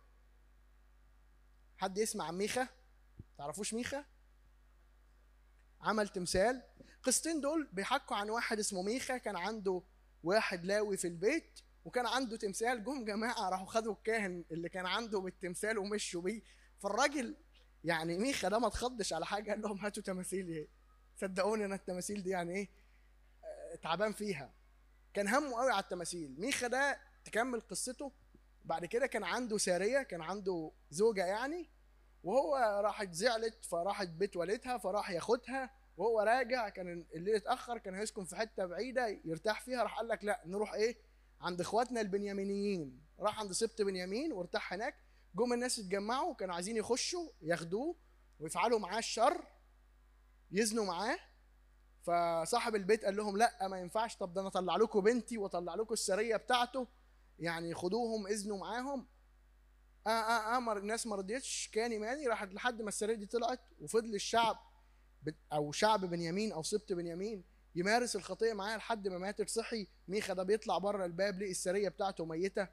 حد يسمع عن ميخا؟ تعرفوش ميخا؟ عمل تمثال. قصتين دول بيحكوا عن واحد اسمه ميخا، كان عنده واحد لاوي في البيت وكان عنده تمثال. جم جماعه راحوا خدوا الكاهن اللي كان عنده بالتمثال ومشوا بيه. فالراجل يعني ميخا ده ما تخضش على حاجه، قال لهم هاتوا تماثيل ايه، صدقوني انا التماثيل دي يعني ايه، تعبان فيها. كان همه قوي على التماثيل. ميخا ده تكمل قصته، بعد كده كان عنده ساريه، كان عنده زوجه يعني، وهو راحت زعلت فراحت بيت والدها، فراح ياخدها، وهو راجع كان الليل اتاخر، كان هيسكن في حته بعيده يرتاح فيها، راح قال لك لا نروح ايه عند اخواتنا البنيامينيين. راح عند سبط بنيامين وارتاح هناك. جم الناس اتجمعوا كانوا عايزين يخشوا ياخدوه ويفعلوا معاه الشر، يزنوا معاه. فصاحب البيت قال لهم لا ما ينفعش، طب ده انا اطلع لكم بنتي واطلع لكم السريه بتاعته، يعني خدوهم اذنوا معاهم. امر الناس ما رضيتش، كان ماني راحت لحد ما السريه دي طلعت، وفضل الشعب او شعب بنيامين او سبط بنيامين يمارس الخطيه معاه لحد ما ماتت. صحي ميخا ده بيطلع بره الباب لقي السريه بتاعته ميته،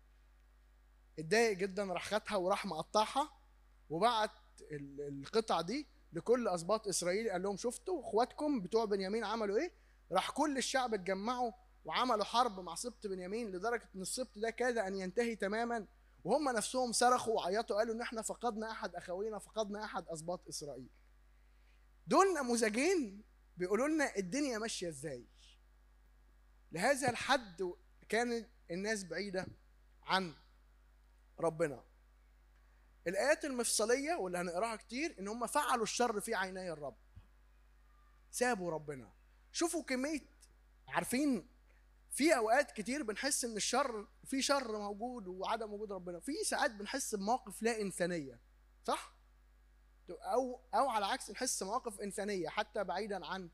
اتضايق جدا، راح خدها وراح مقطعها وبعت القطع دي لكل اسباط اسرائيل، قال لهم شفتوا اخواتكم بتوع بنيامين عملوا ايه؟ راح كل الشعب اتجمعوا وعملوا حرب مع سبط بنيامين، لدرجه ان السبط ده كاد ان ينتهي تماما، وهم نفسهم صرخوا وعيطوا قالوا ان احنا فقدنا احد اخوينا، فقدنا احد اسباط اسرائيل. دول نموذجين بيقولوا لنا الدنيا ماشيه ازاي. لهذا الحد كانت الناس بعيده عن ربنا. الايات المفصليه واللي هنقراها كتير ان هم فعلوا الشر في عيني الرب، سابوا ربنا. شوفوا كميه، عارفين في اوقات كتير بنحس ان الشر في شر موجود وعدم وجود ربنا، في ساعات بنحس بمواقف لا انسانيه، صح؟ او على عكس نحس مواقف انسانيه حتى بعيدا عن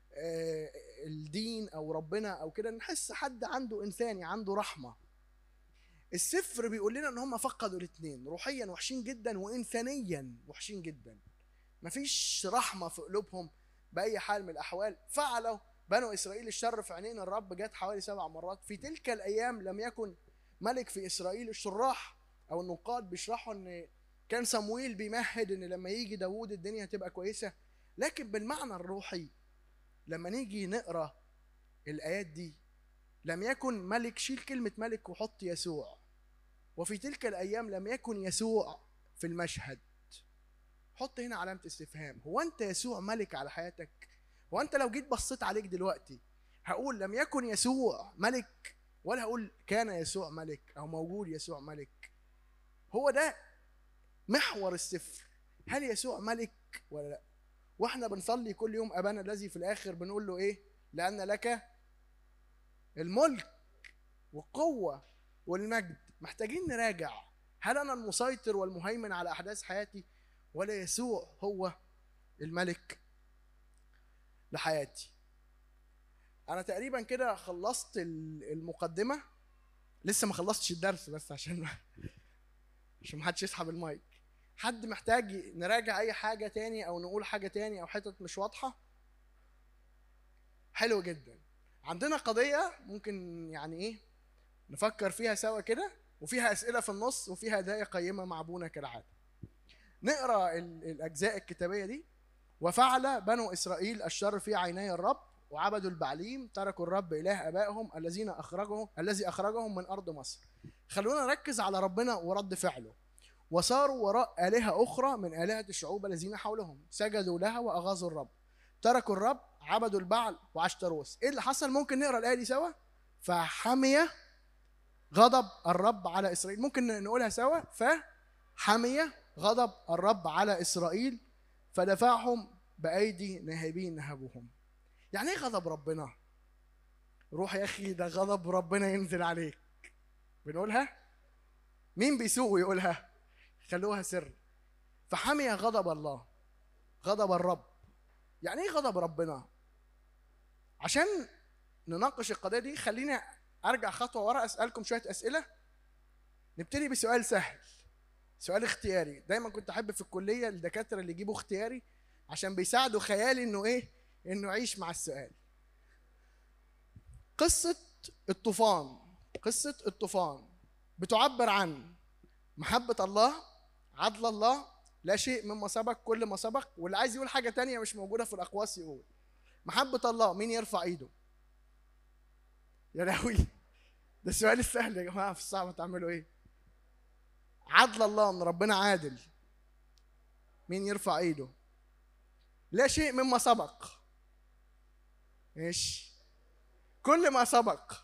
الدين او ربنا او كده، نحس حد عنده انساني، عنده رحمه. السفر بيقول لنا ان هم فقدوا الاثنين، روحيا وحشين جدا وانسانيا وحشين جدا، مفيش رحمه في قلوبهم باي حال من الاحوال. فعلوا بنو اسرائيل الشر في عينين الرب، جت حوالي 7 مرات. في تلك الايام لم يكن ملك في اسرائيل. الشراح او النقاد بيشرحوا ان كان صمويل بيمهد ان لما يجي داوود الدنيا هتبقى كويسه، لكن بالمعنى الروحي لما نيجي نقرا الايات دي لم يكن ملك، شيل كلمه ملك وحط يسوع، وفي تلك الايام لم يكن يسوع في المشهد. حط هنا علامه استفهام، هو انت يسوع ملك على حياتك؟ هو انت لو جيت بصيت عليك دلوقتي هقول لم يكن يسوع ملك، ولا هقول كان يسوع ملك او موجود يسوع ملك؟ هو ده محور السفر، هل يسوع ملك ولا لا؟ واحنا بنصلي كل يوم ابانا الذي، في الاخر بنقول له ايه؟ لان لك الملك والقوه والمجد. محتاجين نراجع، هل انا المسيطر والمهيمن على احداث حياتي، ولا يسوع هو الملك لحياتي؟ انا تقريبا كده خلصت المقدمه، لسه ما خلصتش الدرس، بس عشان ما حدش يسحب المايك. حد محتاج نراجع اي حاجه تاني او نقول حاجه تاني او حتت مش واضحه؟ حلو جدا. عندنا قضيه ممكن يعني ايه نفكر فيها سوا كده، وفيها اسئله في النص وفيها هدايا قيمه مع ابونا كالعاده. نقرا الاجزاء الكتابيه دي. وفعل بنو اسرائيل الشر في عيني الرب وعبدوا البعليم، تركوا الرب اله ابائهم الذي اخرجهم من ارض مصر. خلونا نركز على ربنا ورد فعله. وصاروا وراء آلهة أخرى من آلهة الشعوب الذين حولهم، سجدوا لها وأغاظوا الرب، تركوا الرب، عبدوا البعل وعشتروس. إيه اللي حصل؟ ممكن نقرأ الآية دي سوا. فحمي غضب الرب على إسرائيل، ممكن نقولها سوا. فحمي غضب الرب على إسرائيل فدفعهم بأيدي ناهبين نهبوهم. يعني إيه غضب ربنا؟ روح يا أخي، ده غضب ربنا ينزل عليك. بنقولها؟ مين بيسوق ويقولها؟ خلوها سر. فحمي غضب الله، غضب الرب. يعني ايه غضب ربنا؟ عشان نناقش القضيه دي خلينا ارجع خطوه ورا اسالكم شويه اسئله. نبتدي بسؤال سهل، سؤال اختياري. دايما كنت احب في الكليه الدكاتره اللي يجيبوا اختياري عشان بيساعدوا خيالي انه ايه، انه اعيش مع السؤال. قصه الطوفان، قصه الطوفان بتعبر عن محبه الله، عدل الله، لا شيء مما سبق، كل ما سبق. واللي عايز يقول حاجه تانية مش موجوده في الاقواس يقول. محبه الله، مين يرفع ايده؟ يا لهوي، ده السؤال السهل يا جماعه، في الصعب تعملوا ايه؟ عدل الله، ان ربنا عادل، مين يرفع ايده؟ لا شيء مما سبق، ماشي. كل ما سبق،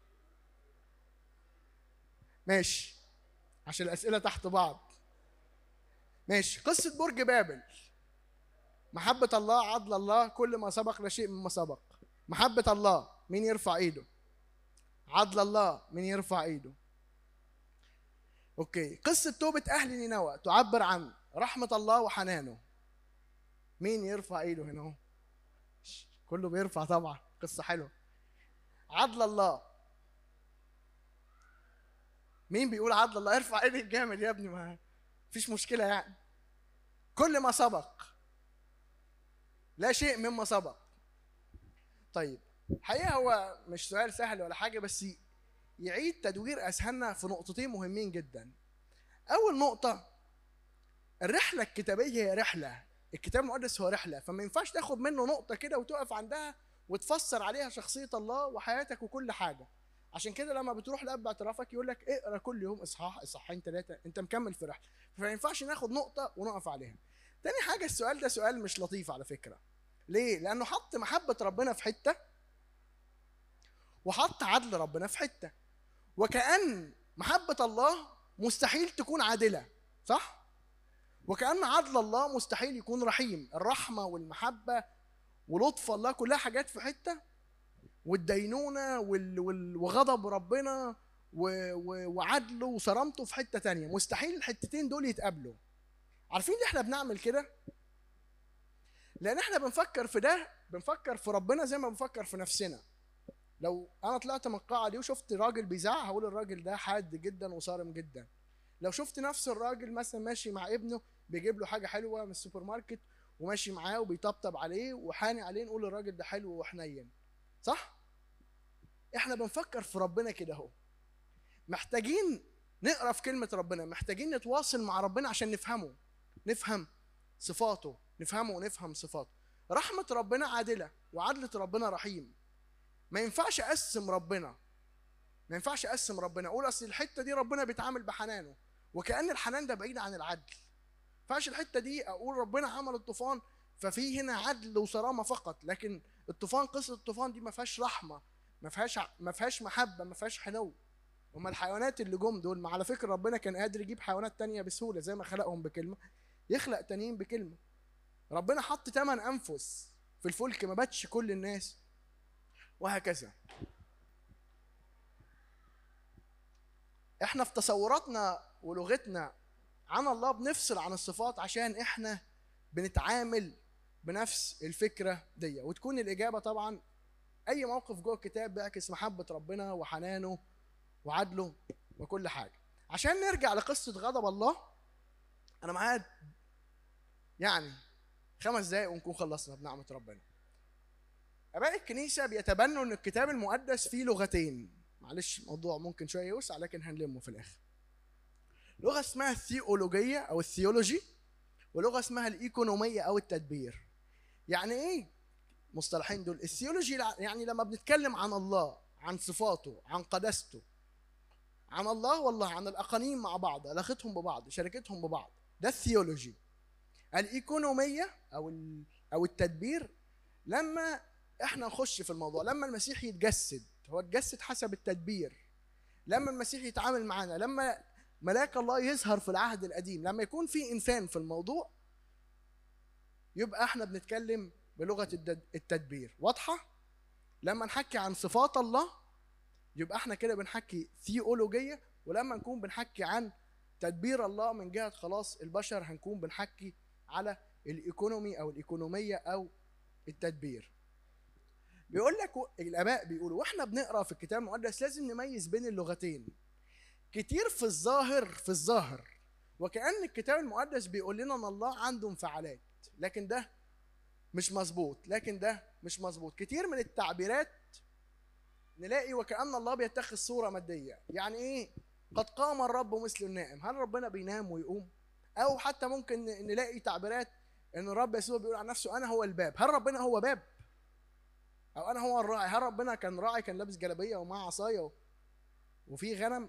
ماشي، عشان الاسئله تحت بعض. ماشي. قصه برج بابل، محبه الله، عدل الله، كل ما سبق، لا شيء مما سبق. محبه الله، مين يرفع ايده؟ عدل الله، مين يرفع ايده؟ اوكي. قصه توبه اهل نينوى تعبر عن رحمه الله وحنانه، مين يرفع ايده هنا اهو؟ كله بيرفع طبعا، قصه حلوه. عدل الله، مين بيقول عدل الله؟ ارفع ايدك جامد يا ابني، ما فيش مشكله يعني. كل ما سبق، لا شيء مما سبق. طيب الحقيقه هو مش سؤال سهل ولا حاجه، بس يعيد تدوير اذهاننا في نقطتين مهمين جدا. اول نقطه، الرحله الكتابيه هي رحله، الكتاب المقدس هو رحله، فما ينفعش تاخد منه نقطه كده وتقف عندها وتفسر عليها شخصيه الله وحياتك وكل حاجه. عشان كده لما بتروح لاب اعترافك يقول لك اقرا كل يوم اصحاح، اصحاحين، 3، انت مكمل في رحله. فما ينفعش ناخد نقطه ونقف عليها. تاني حاجه، السؤال ده سؤال مش لطيف على فكره. ليه؟ لانه حط محبه ربنا في حته وحط عدل ربنا في حته، وكأن محبه الله مستحيل تكون عادله، صح؟ وكأن عدل الله مستحيل يكون رحيم. الرحمه والمحبه ولطف الله كلها حاجات في حته، والدينونه وغضب ربنا وعدله وصرامته في حته تانية. مستحيل الحتتين دول يتقابلوا. عارفين ليه احنا بنعمل كده؟ لان احنا بنفكر في ده، بنفكر في ربنا زي ما بنفكر في نفسنا. لو انا طلعت من القاعه دي وشفت راجل بيزعق هقول الراجل ده حاد جدا وصارم جدا. لو شفت نفس الراجل مثلا ماشي مع ابنه بيجيب له حاجه حلوه من السوبر ماركت وماشي معاه وبيطبطب عليه وحاني عليه، نقول الراجل ده حلو وحنين، صح؟ احنا بنفكر في ربنا كده اهو. محتاجين نقرا في كلمه ربنا، محتاجين نتواصل مع ربنا عشان نفهمه، نفهم صفاته، نفهمه ونفهم صفاته. رحمه ربنا عادله وعدله ربنا رحيم. ما ينفعش اقسم ربنا، ما ينفعش اقسم ربنا اقول اصل الحته دي ربنا بيتعامل بحنانه وكأن الحنان ده بعيد عن العدل. ما ينفعش الحته دي اقول ربنا عمل الطوفان ففي هنا عدل وصرامه فقط، لكن الطوفان، قصه الطوفان دي ما فيهاش رحمه، ما فيهاش محبه، ما فيهاش حنو. هما الحيوانات اللي جم دول، ما على فكره ربنا كان قادر يجيب حيوانات تانية بسهوله، زي ما خلقهم بكلمه يخلق تانيين بكلمه. ربنا حط 8 انفس في الفلك، ما باتش كل الناس، وهكذا. احنا في تصوراتنا ولغتنا عن الله بنفصل عن الصفات عشان احنا بنتعامل بنفس الفكره دي. وتكون الاجابه طبعا اي موقف جوه الكتاب بيعكس محبه ربنا وحنانه وعدله وكل حاجه. عشان نرجع لقصه غضب الله، انا معايا يعني 5 دقايق ونكون خلصنا بنعمه ربنا. اباء الكنيسه بيتبنوا ان الكتاب المقدس فيه لغتين، معلش موضوع ممكن شويه يوسع لكن هنلمه في الاخر. لغه اسمها الثيولوجيه او الثيولوجي، ولغه اسمها الايكونوميه او التدبير. يعني ايه مصطلحين دول؟ الثيولوجي يعني لما بنتكلم عن الله، عن صفاته، عن قداسته، عن الله والله، عن الاقانيم مع بعض، علاقتهم ببعض، شركتهم ببعض، ده الثيولوجي. الايكونوميه او التدبير لما احنا نخش في الموضوع، لما المسيح يتجسد، هو اتجسد حسب التدبير. لما المسيح يتعامل معانا، لما ملاك الله يظهر في العهد القديم، لما يكون في انسان في الموضوع، يبقى احنا بنتكلم بلغه التدبير. واضحه؟ لما نحكي عن صفات الله يبقى احنا كده بنحكي ثيولوجيه، ولما نكون بنحكي عن تدبير الله من جهه خلاص البشر هنكون بنحكي على الايكونومي او الايكونوميه او التدبير. بيقول لك الآباء بيقولوا واحنا بنقرا في الكتاب المقدس لازم نميز بين اللغتين. كتير في الظاهر وكأن الكتاب المقدس بيقول لنا ان الله عنده انفعالات، لكن ده مش مظبوط. كتير من التعبيرات نلاقي وكأن الله بيتخذ صورة مادية. يعني ايه قد قام الرب مثل النائم؟ هل ربنا بينام ويقوم؟ او حتى ممكن نلاقي تعبيرات ان الرب يسوع بيقول عن نفسه انا هو الباب. هل ربنا هو باب؟ او انا هو الراعي؟ هل ربنا كان راعي كان لابس جلابيه ومعاه عصايه وفي غنم؟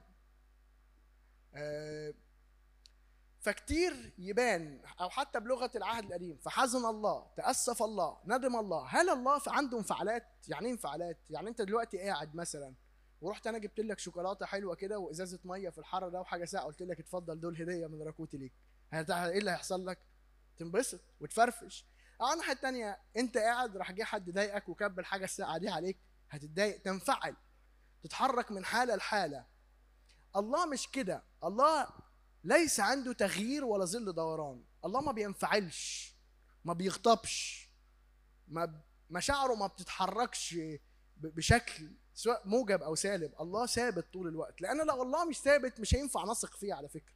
فكتير يبان، او حتى بلغه العهد القديم، فحزن الله، تاسف الله، ندم الله. هل الله عنده انفعالات؟ يعني ايه انفعالات؟ يعني انت دلوقتي قاعد مثلا ورحت انا جبت لك شوكولاته حلوه كده وازازه ميه في الحر ده وحاجه ساقعه، قلت لك اتفضل دول هديه من راكوتي ليك، ايه اللي هيحصل لك؟ تنبسط وتفرفش. او الناحيه الثانيه انت قاعد راح جه حد ضايقك وكب الحاجه الساقعه دي عليك، هتتضايق، تنفعل، تتحرك من حاله لحاله. الله مش كده. الله ليس عنده تغيير ولا ظل دوران. الله ما بينفعلش، ما بيغضبش، مشاعره ما بتتحركش بشكل سواء موجب او سالب. الله ثابت طول الوقت، لان لو الله مش ثابت مش هينفع نثق فيه. على فكره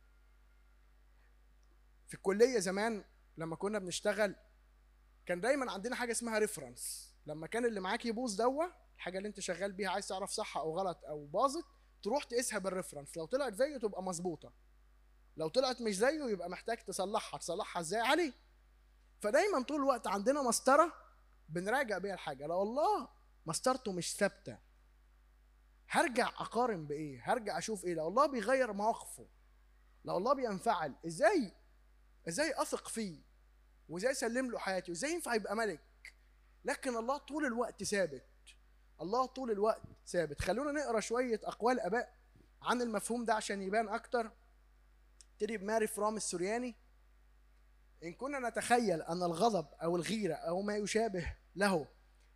في الكليه زمان لما كنا بنشتغل كان دايما عندنا حاجه اسمها ريفرنس. لما كان اللي معاك يبوظ الحاجه اللي انت شغال بيها عايز تعرف صح او غلط او باظت، تروح تقيسها بالريفرنس. لو طلعت زيه تبقى مظبوطه، لو طلعت مش زيه يبقى محتاج تصلحها ازاي عليه. فدايما طول الوقت عندنا مسطره بنراجع بيها الحاجه. لو الله مسطرته مش ثابته هرجع اقارن بايه؟ هرجع اشوف ايه؟ لو الله بيغير مواقفه، لو الله بينفعل، ازاي اثق فيه؟ وازاي اسلم له حياتي؟ وازاي ينفع يبقى ملك؟ لكن الله طول الوقت ثابت. الله طول الوقت ثابت. خلونا نقرا شويه اقوال اباء عن المفهوم ده عشان يبان اكتر. ابتدي بماري فرام السورياني. إن كنا نتخيل أن الغضب أو الغيرة أو ما يشابه له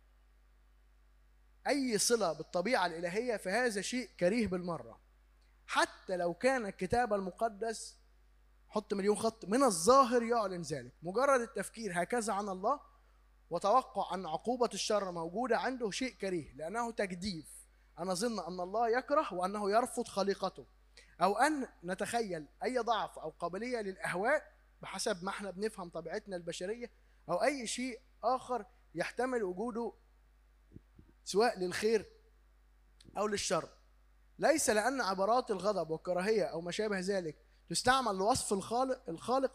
أي صلة بالطبيعة الإلهية فهذا شيء كريه بالمرة، حتى لو كان الكتاب المقدس حط مليون خط من الظاهر يعلن ذلك. مجرد التفكير هكذا عن الله وتوقع أن عقوبة الشر موجودة عنده شيء كريه، لأنه تجديف أن نظن أن الله يكره وأنه يرفض خليقته، أو أن نتخيل أي ضعف أو قابلية للأهواء بحسب ما احنا بنفهم طبيعتنا البشرية، أو أي شيء آخر يحتمل وجوده سواء للخير أو للشر. ليس لأن عبارات الغضب والكراهية أو ما شابه ذلك تستعمل لوصف الخالق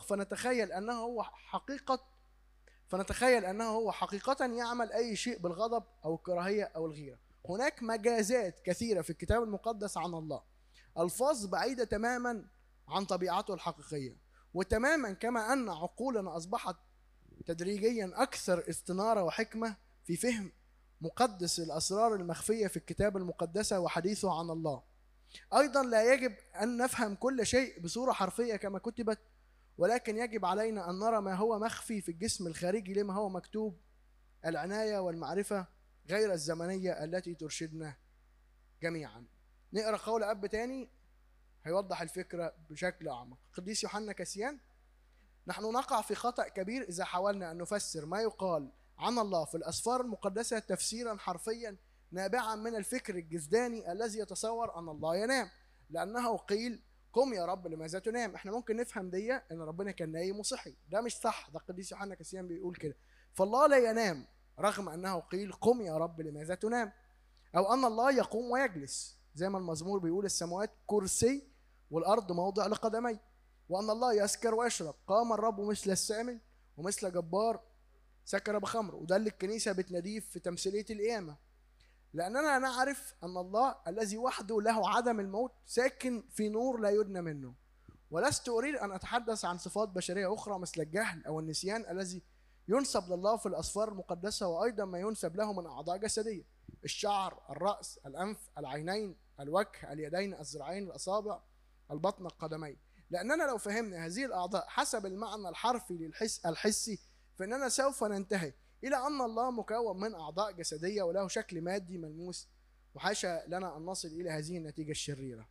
فنتخيل أنه هو حقيقة يعمل أي شيء بالغضب أو الكراهية أو الغيرة. هناك مجازات كثيرة في الكتاب المقدس عن الله، ألفاظ بعيدة تماما عن طبيعته الحقيقية، وتماما كما أن عقولنا أصبحت تدريجيا أكثر استنارة وحكمة في فهم مقدس الأسرار المخفية في الكتاب المقدس وحديثه عن الله. أيضا لا يجب أن نفهم كل شيء بصورة حرفية كما كتبت، ولكن يجب علينا أن نرى ما هو مخفي في الجسم الخارجي لما هو مكتوب، العناية والمعرفة غير الزمنية التي ترشدنا جميعا. نقرأ قول أب تاني هيوضح الفكرة بشكل أعمق. قديس يوحنا كاسيان: نحن نقع في خطأ كبير إذا حاولنا أن نفسر ما يقال عن الله في الأسفار المقدسة تفسيرا حرفيا نابعا من الفكر الجسداني الذي يتصور أن الله ينام، لأنه قيل قم يا رب لماذا تنام. احنا ممكن نفهم دي ان ربنا كان نايم وصحي، ده مش صح. ده القديس يوحنا كاسيان بيقول كده. فالله لا ينام رغم انه قيل قم يا رب لماذا تنام، او ان الله يقوم ويجلس زي ما المزمور بيقول السماوات كرسي والارض موضع لقدمي، وان الله يسكر ويشرب. قام الرب مثل السامل ومثل جبار سكر بخمر. وده اللي الكنيسه بتناديه في تمثيليه القيامه، لأننا نعرف أن الله الذي وحده له عدم الموت ساكن في نور لا يدنى منه. ولست أريد أن أتحدث عن صفات بشرية أخرى مثل الجهل أو النسيان الذي ينسب لله في الأسفار المقدسة، وأيضا ما ينسب له من أعضاء جسدية: الشعر، الرأس، الأنف، العينين، الوجه، اليدين، الذراعين، الأصابع، البطن، القدمين. لأننا لو فهمنا هذه الأعضاء حسب المعنى الحرفي الحسي فإننا سوف ننتهي إلى أن الله مكون من أعضاء جسدية وله شكل مادي ملموس، وحاشا لنا أن نصل إلى هذه النتيجة الشريرة.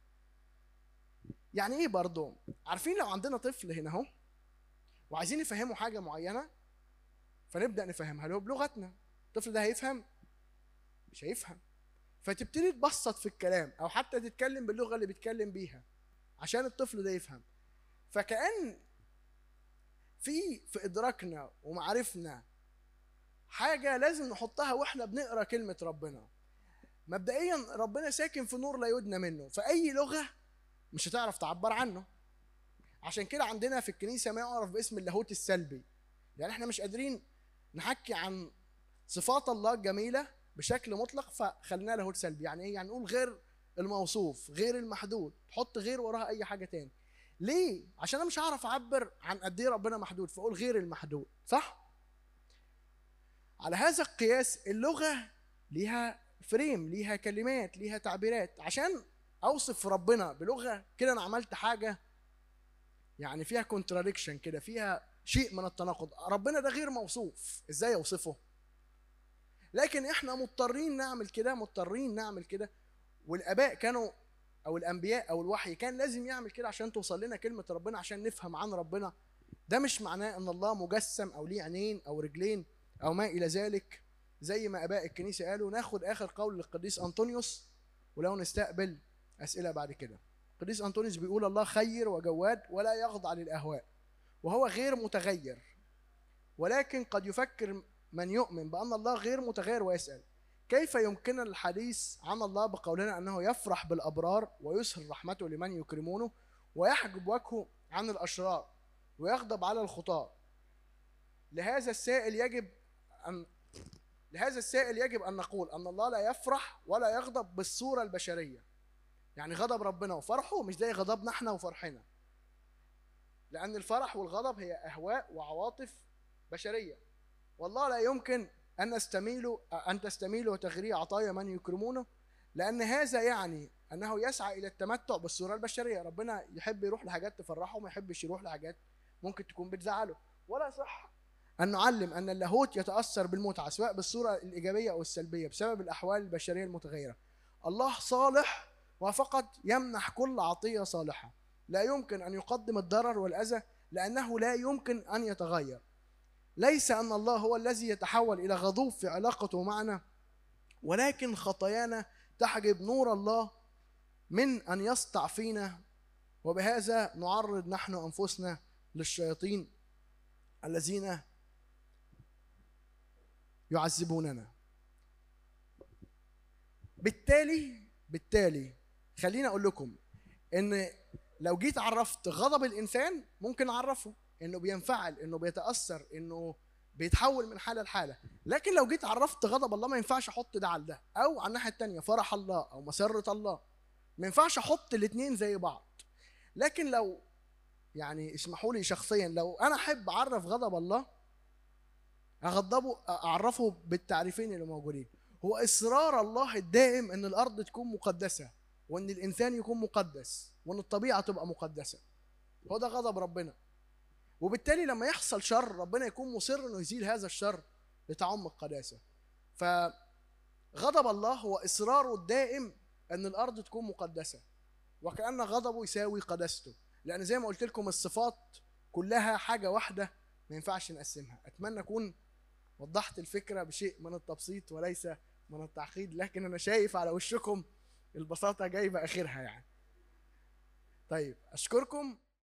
يعني إيه برضو؟ عارفين لو عندنا طفل هنا اهو وعايزين نفهمه حاجة معينة فنبدأ نفهمها له بلغتنا، الطفل ده هيفهم مش هيفهم. فتبتدي تبسط في الكلام او حتى تتكلم باللغه اللي بيتكلم بيها عشان الطفل ده يفهم. فكأن في ادراكنا ومعرفنا حاجه لازم نحطها واحنا بنقرا كلمه ربنا. مبدئيا ربنا ساكن في نور لا يدنى منه، فاي لغه مش هتعرف تعبر عنه. عشان كده عندنا في الكنيسه ما يعرف باسم اللاهوت السلبي. يعني احنا مش قادرين نحكي عن صفات الله الجميله بشكل مطلق فخلينا لاهوت سلبي. يعني ايه؟ يعني نقول غير الموصوف، غير المحدود، تحط غير وراها اي حاجه تاني. ليه؟ عشان انا مش هعرف اعبر عن قد ايه ربنا محدود، فاقول غير المحدود، صح؟ على هذا القياس اللغه ليها فريم، ليها كلمات، ليها تعبيرات. عشان اوصف ربنا بلغه كده انا عملت حاجه يعني فيها كونتراديكشن كده، فيها شيء من التناقض. ربنا ده غير موصوف، ازاي اوصفه؟ لكن احنا مضطرين نعمل كده. والاباء كانوا او الانبياء او الوحي كان لازم يعمل كده عشان توصل لنا كلمه ربنا، عشان نفهم عن ربنا. ده مش معناه ان الله مجسم او ليه عينين او رجلين او ما الى ذلك زي ما اباء الكنيسه قالوا. ناخد اخر قول للقديس انطونيوس ولو نستقبل اسئله بعد كده. القديس انطونيوس بيقول: الله خير وجواد ولا يخضع للاهواء، وهو غير متغير، ولكن قد يفكر من يؤمن بان الله غير متغير ويسال: كيف يمكننا الحديث عن الله بقولنا انه يفرح بالابرار ويسهل رحمته لمن يكرمونه ويحجب وجهه عن الاشرار ويغضب على الخطاة؟ لهذا السائل يجب ان نقول ان الله لا يفرح ولا يغضب بالصوره البشريه. يعني غضب ربنا وفرحه مش زي غضبنا احنا وفرحنا، لان الفرح والغضب هي اهواء وعواطف بشريه، والله لا يمكن ان تستميلوا تغرية عطايا من يكرمونه، لان هذا يعني انه يسعى الى التمتع بالصوره البشريه. ربنا يحب يروح لحاجات تفرحه وما يحبش يروح لحاجات ممكن تكون بتزعله. ولا صح ان نعلم ان اللاهوت يتاثر بالمتعه سواء بالصوره الايجابيه او السلبيه بسبب الاحوال البشريه المتغيره. الله صالح وفقط يمنح كل عطيه صالحه، لا يمكن ان يقدم الضرر والاذى لانه لا يمكن ان يتغير. ليس ان الله هو الذي يتحول الى غضوب في علاقته معنا، ولكن خطايانا تحجب نور الله من ان يسطع فينا، وبهذا نعرض نحن انفسنا للشياطين الذين يعذبوننا. بالتالي خليني اقول لكم ان لو جيت عرفت غضب الانسان ممكن اعرفه انه بينفعل، انه بيتاثر، انه بيتحول من حاله لحاله. لكن لو جيت عرفت غضب الله ما ينفعش احط ده على ده، او على الناحيه الثانيه فرح الله او مسره الله، ما ينفعش احط الاثنين زي بعض. لكن لو يعني اسمحوا لي شخصيا، لو انا احب اعرف غضب الله اعرفه بالتعريفين اللي موجودين. هو اصرار الله الدائم ان الارض تكون مقدسه، وان الانسان يكون مقدس، وان الطبيعه تبقى مقدسه. هو ده غضب ربنا. وبالتالي لما يحصل شر ربنا يكون مصر انه يزيل هذا الشر لتعم القداسه. فغضب الله هو اصراره الدائم ان الارض تكون مقدسه، وكأن غضبه يساوي قداسته، لان زي ما قلت لكم الصفات كلها حاجه واحده ما ينفعش نقسمها. اتمنى اكون وضحت الفكره بشيء من التبسيط وليس من التعقيد، لكن انا شايف على وشكم البساطه جايبه اخرها يعني. طيب اشكركم.